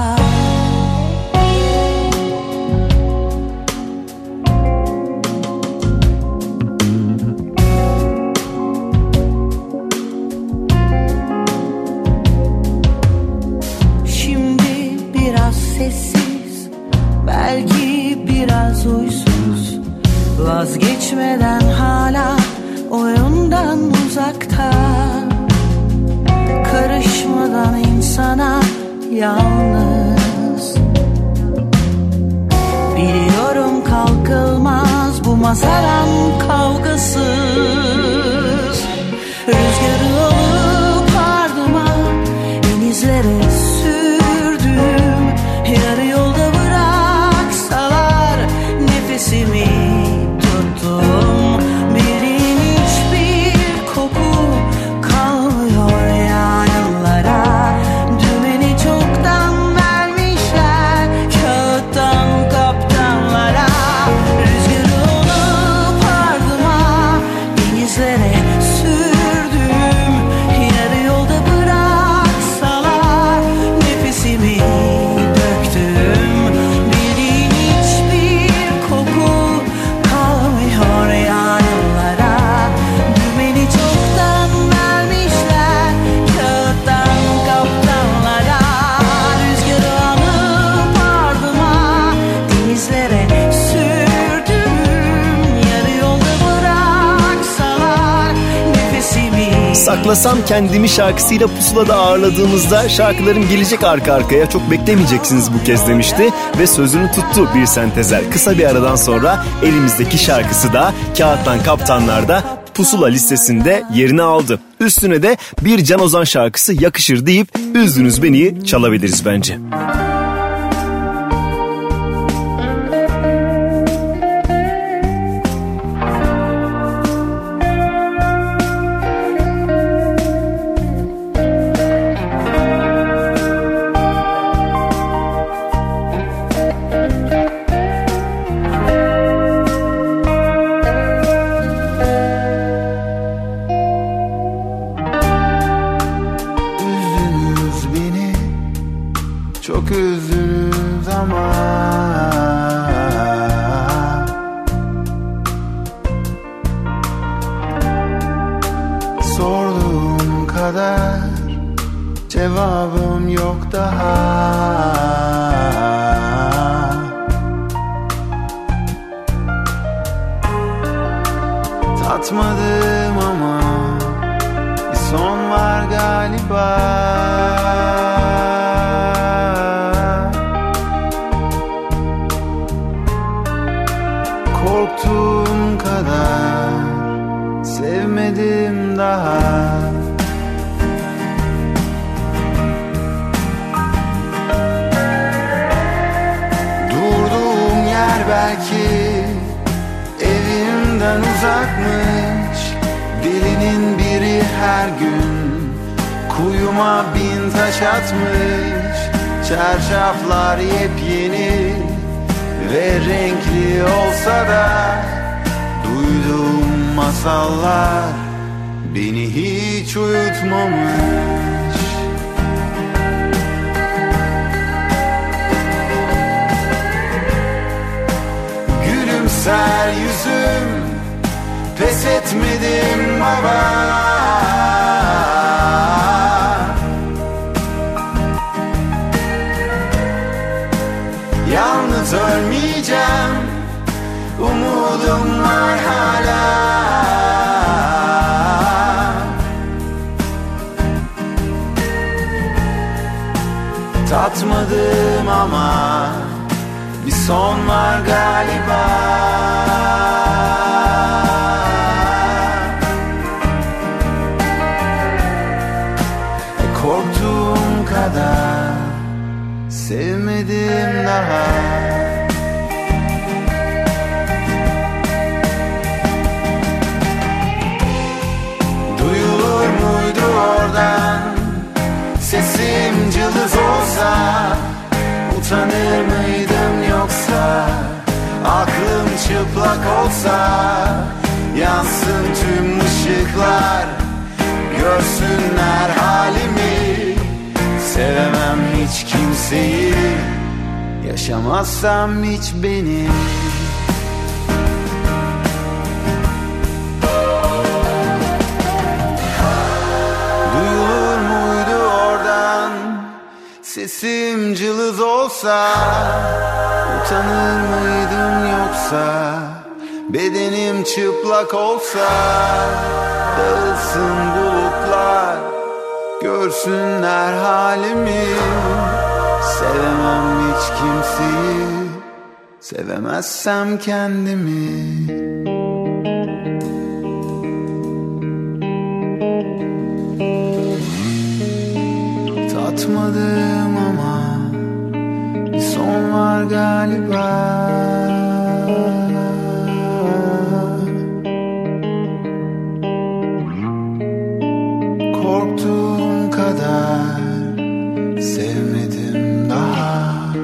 Şimdi biraz sessiz, belki biraz huysuz, vazgeçmeden hala oyundan uzakta, karışmadan insana yalnız. Biliyorum kalkılmaz bu masadan kavgasız. Rüzgarı alıp ardıma denizlere sürdüm. Yarı yolda bıraksalar nefesimi tuttum. Bildiğin hiçbir koku kalmıyor yanlara. Dümeni çoktan vermişler kağıttan kaptanlara. Rüzgarı alıp ardıma denizlere sürdüm. Yarı yolda bıraksalar nefesimi döktüm. Bildiğin hiçbir koku kalmıyor yanlara. Dümeni çoktan vermişler kağıttan kaptanlara. Rüzgarı alıp ardıma denizlere sürdüm. Yarı yolda bıraksalar nefesimi. Saklasam Kendimi şarkısıyla Pusula'da ağırladığımızda şarkılarım gelecek arka arkaya, çok beklemeyeceksiniz bu kez demişti ve sözünü tuttu bir sentezer. Kısa bir aradan sonra elimizdeki şarkısı da Kağıttan Kaptanlar'da Pusula listesinde yerini aldı. Üstüne de bir Can Ozan şarkısı yakışır deyip Üzdünüz Beni'yi çalabiliriz bence. Üzdünüz beni, çok üzdünüz ama sorduğum kadar cevabım yok daha. Tatmadım ama bir son var galiba. Korktuğum kadar sevmedim daha. Durduğum yer belki evimden uzakmış. Delinin biri her gün kuyuma 1000 taş atmış. Çarşaflar yepyeni ve renkli olsa da duyduğum masallar beni hiç uyutmamış. Gülümser yüzüm, pes etmedim baba. Yalnız ölmeyeceğim, umudum var hala. Tatmadım ama bir son var galiba. Korktuğum kadar sevmedim daha. Duyulur muydu oradan sesim cılız olsa? Utanır mıydım yoksa? Aklım çıplak olsa? Yansın tüm ışıklar, görsünler halimi. Sevemem sevmezsem hiç kimseyi, yaşamazsam hiç beni. Duyulur muydu oradan sesim cılız olsa? Utanır mıydım yoksa? Bedenim çıplak olsa? Dağılsın bulutlar, görsünler halimi. Sevemem hiç kimseyi, sevemezsem kendimi. Tatmadım ama bir son var galiba. Korktuğum kadar sevmedim daha.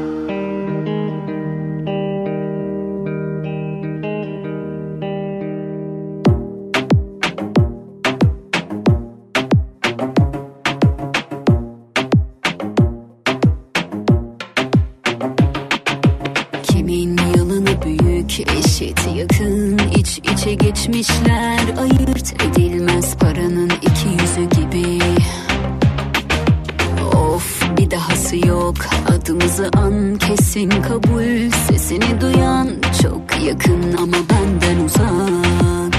Kimin yalanı büyük, eşit yakın, iç içe geçmişler, ayırt edilmez paranın iki yüzü gibi. Of, bir dahası yok, adımızı an, kesin kabul, sesini duyan çok yakın ama benden uzak.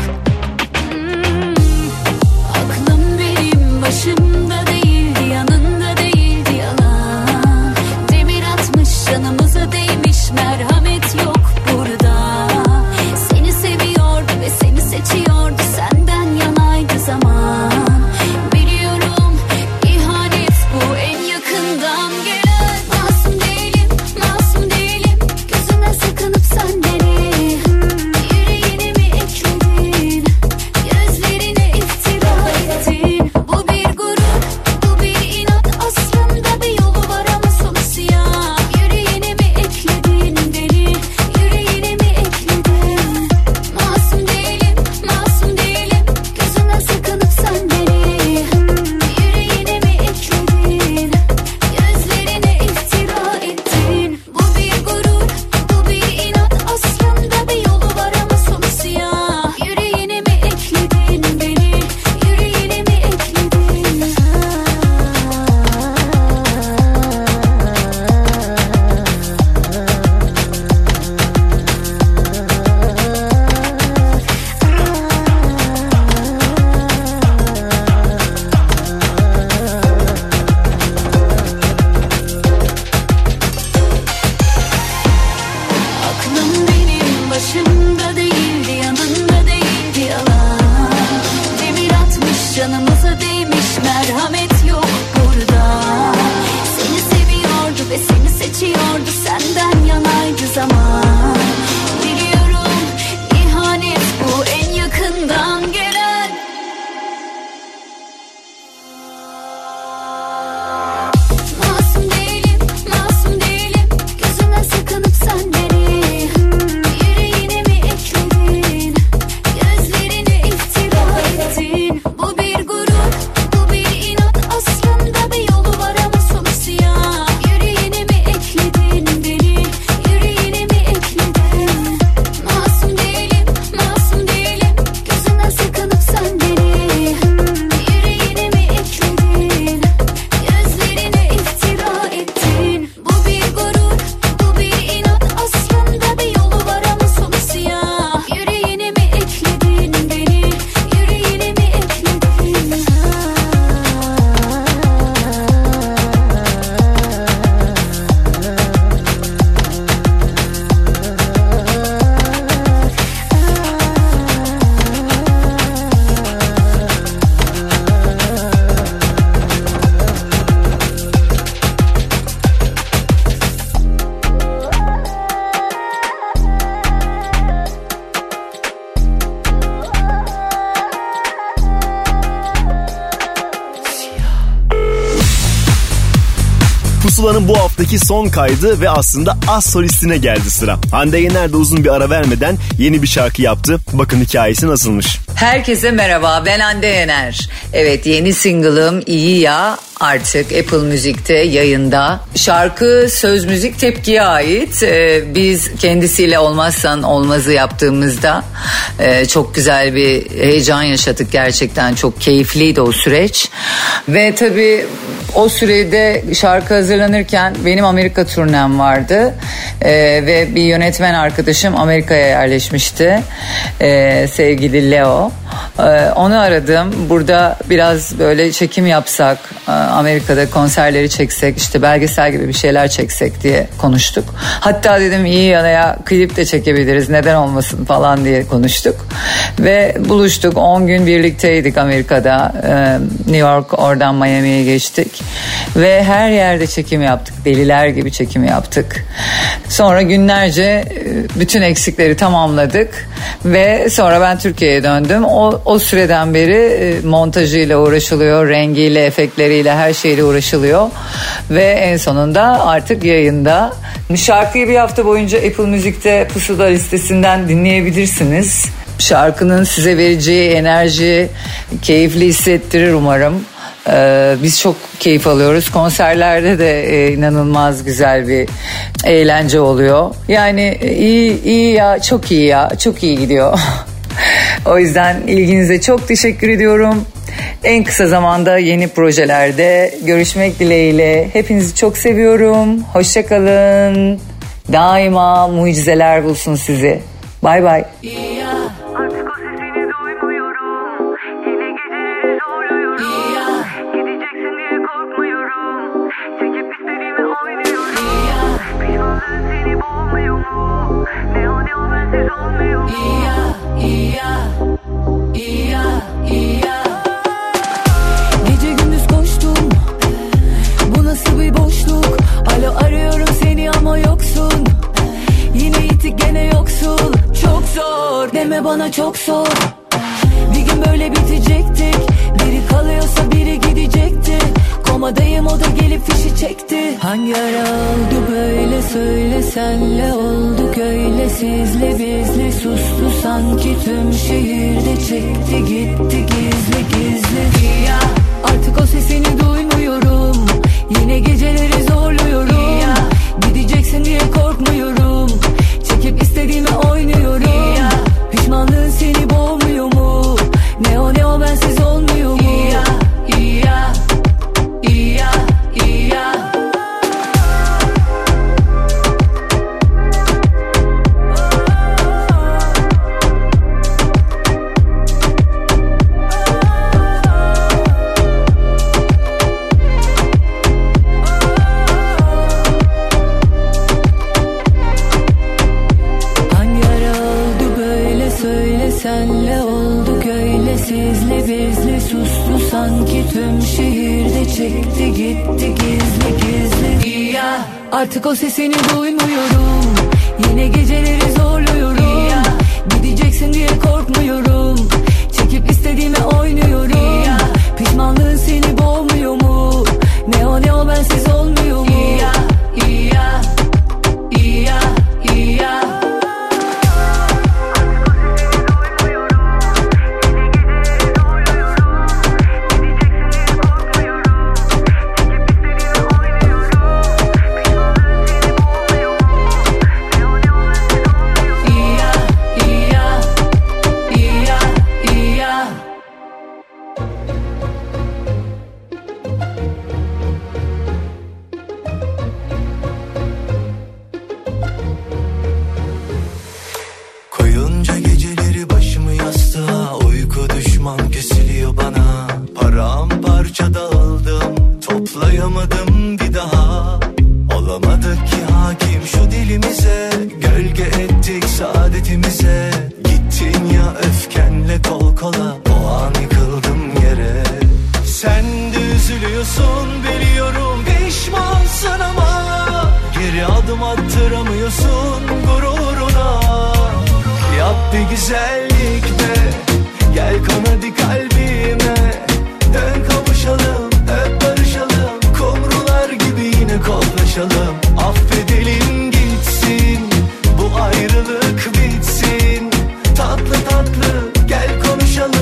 Aklım benim başımda değildi, yanında değildi yalan. Demir atmış canımıza değmiş, merhamet yok burada. Seni seviyordu ve seni seçiyordu, senden yanaydı zaman. Biliyorum ihanet bu, en yakından gelen. Masum değilim, masum değilim, gözünden sakınıp sen beni yüreğine mi ekledin, gözlerine iftira ettin. Bu bir gurur, bu bir inat, aslında bir yolu var ama sonu siyah. Yüreğine mi ekledin beni, yüreğine mi ekledin? Masum değilim, masum değilim, gözünden sakınıp sen beni yüreğine mi ekledin, gözlerine iftira ettin. Bu bir gurur, bu bir inat, aslında bir yolu var ama sonu siyah. Yüreğine mi ekledin beni, yüreğine mi ekledin? Aklım benim başımda değildi, yanında değildi yalan. Demir atmış canımıza değmiş, merhamet yok burada. Seni seviyordu ve seni seçiyordu, senden yanaydı zaman. Biliyorum ihanet bu, en yakından gelen. Masum değilim, masum değilim, gözünden sakınıp sen beni yüreğine mi ekledin, gözlerine iftira ettin. Bu bir gurur, bu bir inat, aslında bir yolu var ama sonu siyah. Yüreğine mi ekledin beni, yüreğine mi ekledin? Masum değilim, masum değilim, gözünden sakınıp sen beni yüreğine mi ekledin, gözlerine iftira ettin. Bu bir gurur, bu bir inat, aslında bir yolu var ama sonu siyah. Yüreğine mi ekledin beni, yüreğine mi ekledin? Pusula'nın bu haftaki son kaydı ve aslında az solistine geldi sıra. Hande Yener de uzun bir ara vermeden yeni bir şarkı yaptı. Bakın hikayesi nasılmış. Herkese merhaba, ben Hande Yener. Evet, yeni single'ım İyi Ya artık Apple Müzik'te yayında. Şarkı söz müzik Tepki'ye ait. Biz kendisiyle Olmazsan Olmaz'ı yaptığımızda çok güzel bir heyecan yaşadık. Gerçekten çok keyifliydi o süreç. Ve tabii o sürede şarkı hazırlanırken benim Amerika turnem vardı. Ve bir yönetmen arkadaşım Amerika'ya yerleşmişti. Sevgili Leo. Onu aradım. Burada biraz böyle çekim yapsak, Amerika'da konserleri çeksek, işte belgesel gibi bir şeyler çeksek diye konuştuk. Hatta dedim iyi ya klip de çekebiliriz, neden olmasın falan diye konuştuk. Ve buluştuk. 10 gün birlikteydik Amerika'da. New York, oradan Miami'ye geçtik. Ve her yerde çekim yaptık. Deliler gibi çekim yaptık. Sonra günlerce bütün eksikleri tamamladık. Ve sonra ben Türkiye'ye döndüm. O süreden beri montajıyla uğraşılıyor, rengiyle, efektleriyle, her şeyle uğraşılıyor. Ve en sonunda artık yayında. Şarkıyı bir hafta boyunca Apple Müzik'te Pusula listesinden dinleyebilirsiniz. Şarkının size vereceği enerji keyifli hissettirir umarım. Biz çok keyif alıyoruz. Konserlerde de inanılmaz güzel bir eğlence oluyor. Yani iyi ya, çok iyi ya, çok iyi gidiyor. O yüzden ilginize çok teşekkür ediyorum. En kısa zamanda yeni projelerde görüşmek dileğiyle. Hepinizi çok seviyorum. Hoşça kalın. Daima mucizeler bulsun sizi. Bay bay. Gece gündüz koştum, bu nasıl bir boşluk? Alo, arıyorum seni ama yoksun. Yine itik gene yoksul. Çok zor deme bana, çok zor. Bir gün böyle bitecektik. Biri kalıyorsa biri gidecekti. Komadayım, o da gelip fişi çekti. Hangi ara oldu böyle, söyle senle olduk öyle. Sizle bizle sustu sanki tüm şehirde, çekti gitti gizli gizli. Ya artık o sesini duymuyorum. Yine geceleri zorluyorum. Ya gideceksin diye korkmuyorum. Çekip istediğimi oynuyorum. Ya pişmanlığın seni boğmuyor mu? Ne o bensiz olmuyor mu? Ya ya ya ya. Senle olduk öyle, sizle bizle sustu sanki tüm şehirde, çekti gitti gizli gizli. Ya artık o sesini duymuyorum. Yine geceleri zorluyorum. Ya gideceksin diye korkmuyorum. Çekip istediğimi oynuyorum. Ya pişmanlığın seni boğmuyor mu? Ne o bensiz olmuyor mu? Ya ya ya ya. Toplayamadım bir daha. Olamadık ki hakim şu dilimize. Gölge ettik saadetimize. Gittin ya öfkenle kol kola. O an yıkıldım yere. Sen de üzülüyorsun biliyorum, pişmansın ama geri adım attıramıyorsun gururuna. Yap bir güzellik be, gel kon hadi kalbime. Dön kavuşalım, öp barışalım. Kumrular gibi yine kollaşalım. Affedelim gitsin, bu ayrılık bitsin. Tatlı tatlı gel konuşalım.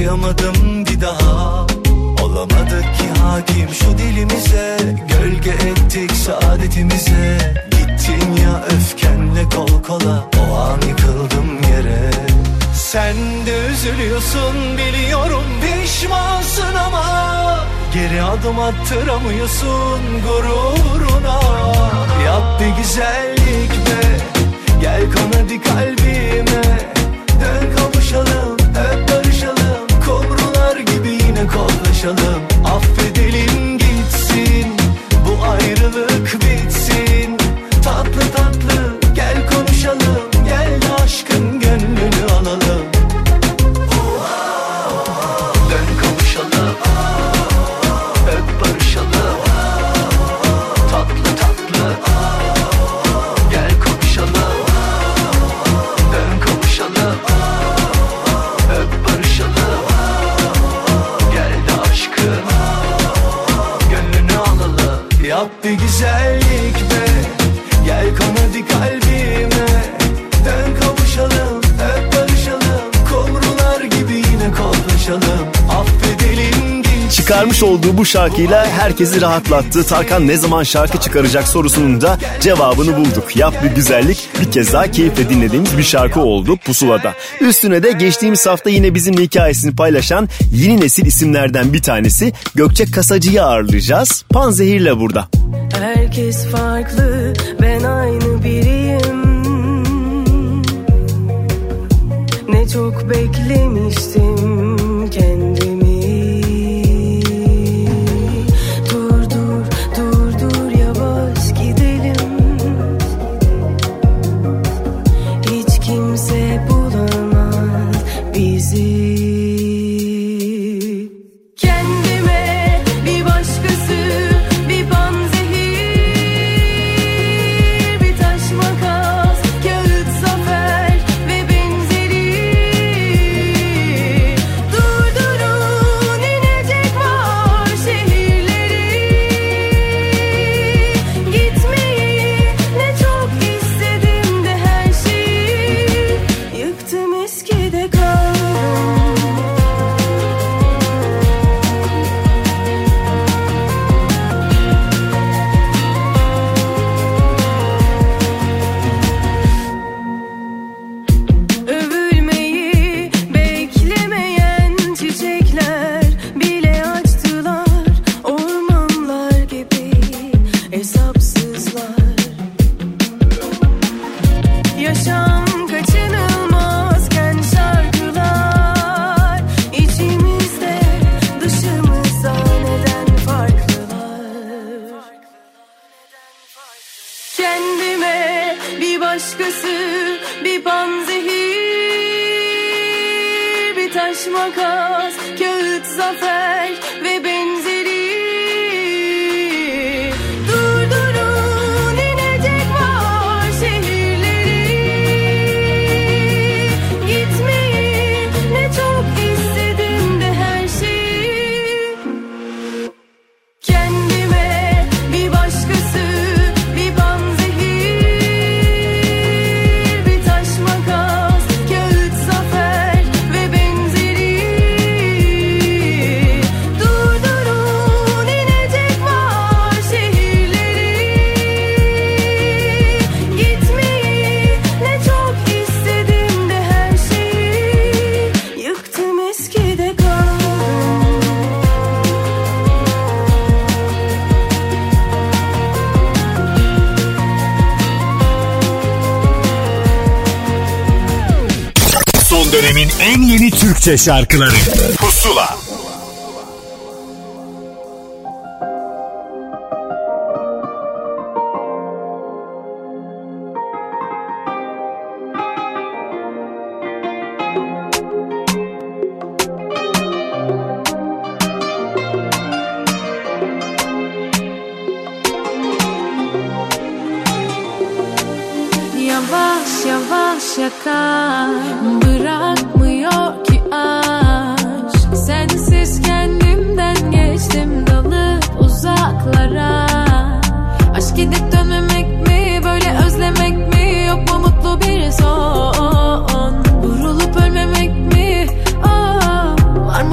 Kıyamadım bir daha. Olamadık ki hakim şu dilimize. Gölge ettik saadetimize. Gittin ya öfkenle kol kola. O an yıkıldım yere. Sen de üzülüyorsun biliyorum, pişmansın ama geri adım attıramıyorsun gururuna. Yap bir güzellik be, gel kon hadi kalbime. Dön kavuşalım, öp barışalım, kumrular gibi yine kollaşalım. Affedelim gitsin, bu ayrılık bitsin. Tatlı tatlı gel konuşalım, gel de aşkın gönlünü alalım. Dön kavuşalım, öp barışalım. Tatlı tatlı gel konuşalım. Dön kavuşalım, öp barışalım. Gel de aşkın gönlünü alalım. Yap bir güzellik be, gel kon hadi kalbime. Dön kavuşalım, öp barışalım, kumrular gibi yine kollaşalım. Affedelim gitsin. Çıkarmış olduğu bu şarkıyla herkesi rahatlattı. Tarkan ne zaman şarkı çıkaracak sorusunun da cevabını bulduk. Yap bir güzellik, bir kez daha keyifle dinlediğimiz bir şarkı oldu Pusula'da. Üstüne de geçtiğimiz hafta yine bizimle hikayesini paylaşan yeni nesil isimlerden bir tanesi Gökçe Kasacı'yı ağırlayacağız. Panzehir'le burada. Herkes farklı, ben aynı biriyim. Ne çok beklemiştim kendimi. Dur dur dur dur yavaş gidelim. Hiç kimse bulamaz bizi. Kendime bir başkası, bir panzehir, bir taş makas, kağıt zafer ve benzeri. Durdurun inecek var şehirleri. Gitmeyi ne çok istedim de her şeyi yıktım, eskide kaldım. Övülmeyi beklemeyen çiçekler bile açtılar, ormanlar gibi hesapsızlar. Yaşam kaçınılmazken şarkılar içimizde, dışımızda neden farklılar? Kendime bir başkası, bir panzehir, bir taş makas, kağıt zafer ve benzeri. Durdurun inecek var şehirleri. Gitmeyi ne çok istedim de her şeyi. Kendime bir başkası, bir panzehir, bir taş makas, kağıt zafer ve benzeri. Durdurun inecek var şehirleri. Gitmeyi ne çok istedim de her şeyi yıktım, eskide kaldım. Son dönemin en yeni Türkçe şarkıları Pusula. Yavaş yavaş yakar, bırakmıyor ki aşk. Sensiz kendimden geçtim, dalıp uzaklara. Aşk gidip dönmemek mi, böyle özlemek mi? Yok mu mutlu bir son? Vurulup ölmemek mi? Var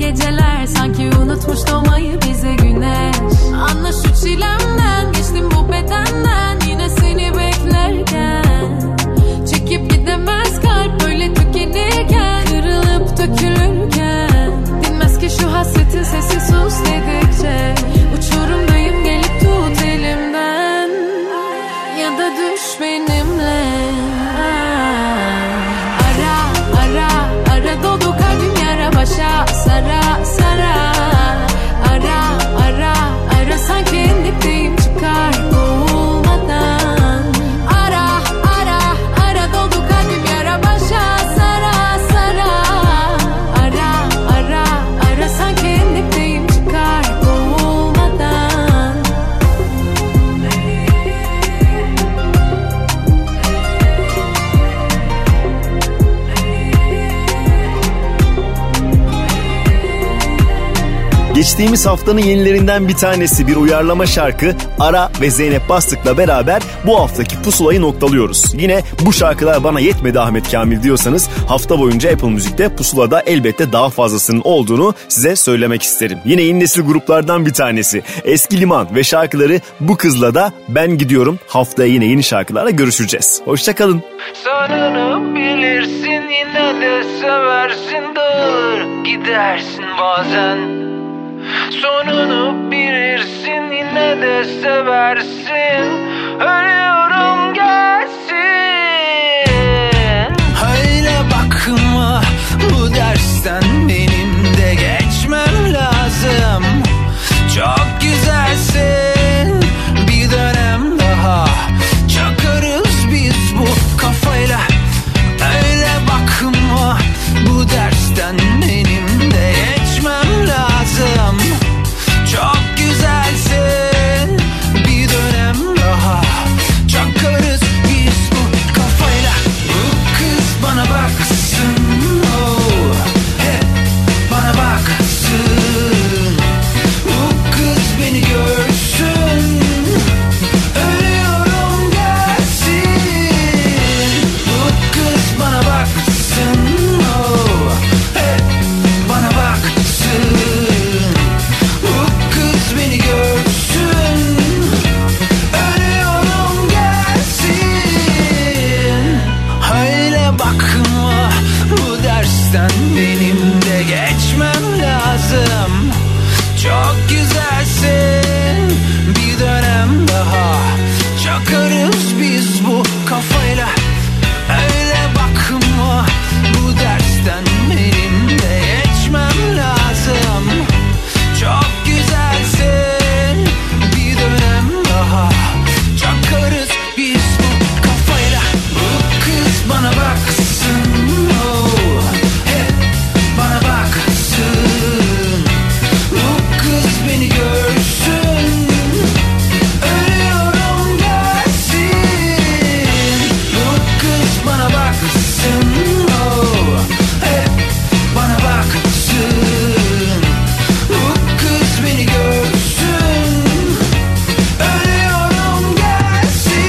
geceler sanki unutmuş doğmayı bize güneş. Anla şu çilemden, geçtim bu bedenden, yine seni beklerken. Çekip gidemez kalp böyle tükenirken, kırılıp dökülürken. Dinmez ki şu hasretin sesi sus dedikçe. Uçurumdayım gelip tut elimden, ya da düş benimle. Ara doldu kalbim yara başa sara sara. Ara sanki en dipteyim çıkar boğulmadan. Ara doldu kalbim yara başa sara sara. Ara sanki en dipteyim çıkar boğulmadan. Geçtiğimiz haftanın yenilerinden bir tanesi bir uyarlama şarkı Ara ve Zeynep Bastık'la beraber bu haftaki pusulayı noktalıyoruz. Yine bu şarkılar bana yetmedi Ahmet Kamil diyorsanız hafta boyunca Apple Müzik'te pusulada elbette daha fazlasının olduğunu size söylemek isterim. Yine yeni nesil gruplardan bir tanesi Eski Liman ve şarkıları Bu Kızla da Ben Gidiyorum. Haftaya yine yeni şarkılarla görüşeceğiz. Hoşçakalın. Sonunu bilirsin yine de seversin, dağılır gidersin bazen. Sonunu bilirsin yine de seversin, ölüyorum gelsin. Öyle bakma, bu dersten benim de geçmem lazım. Çok güzelsin, bir dönem daha çakarız biz bu kafayla. Öyle bakma, bu dersten benim de geçmem lazım. Çok güzelsin, bir dönem daha çakarız biz bu kafayla. Bu kız bana baksın, oh, hey, bana baksın. Bu kız beni görsün, ölüyorum gelsin. Bu kız bana baksın, oh, hey, bana baksın. Bu kız beni görsün, ölüyorum gelsin. Öyle bakma, bu dersten benim de geçmem lazım. Çok güzelsin, bir dönem daha çakarız biz bu kafayla. Öyle bakma, bu dersten benim de geçmem lazım. Çok güzelsin, bir dönem daha çakarız biz bu kafayla. Bu kız bana baksın, oh, hey, bana baksın. Bu kız beni görsün, ölüyorum gelsin. Bu kız bana baksın, oh, hey, bana baksın. Bu kız beni görsün, ölüyorum gelsin.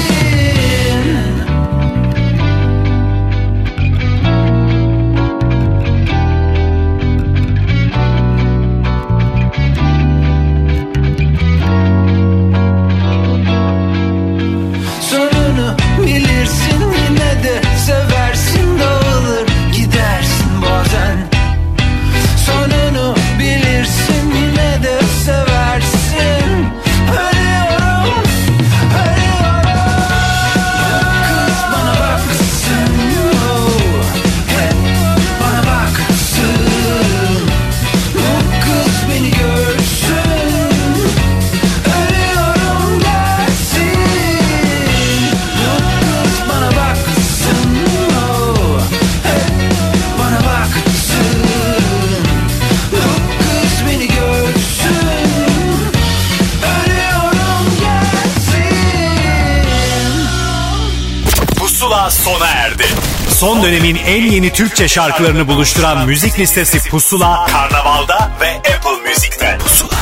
Sonunu bilirsin yine de seversin, dağılır gidersin bazen. Sonunu bilirsin yine de seversin, ölüyorum, ölüyorum. Bu kız bana baksın, oh, hey, bana baksın. Bu kız beni görsün, ölüyorum gelsin. Bu kız bana baksın, oh, hey, bana baksın. Bu kız beni görsün, ölüyorum gelsin. Pusula sona erdi. Son dönemin en yeni Türkçe şarkılarını buluşturan müzik listesi Pusula, Karnaval'da ve Apple Müzik'te. Pusula.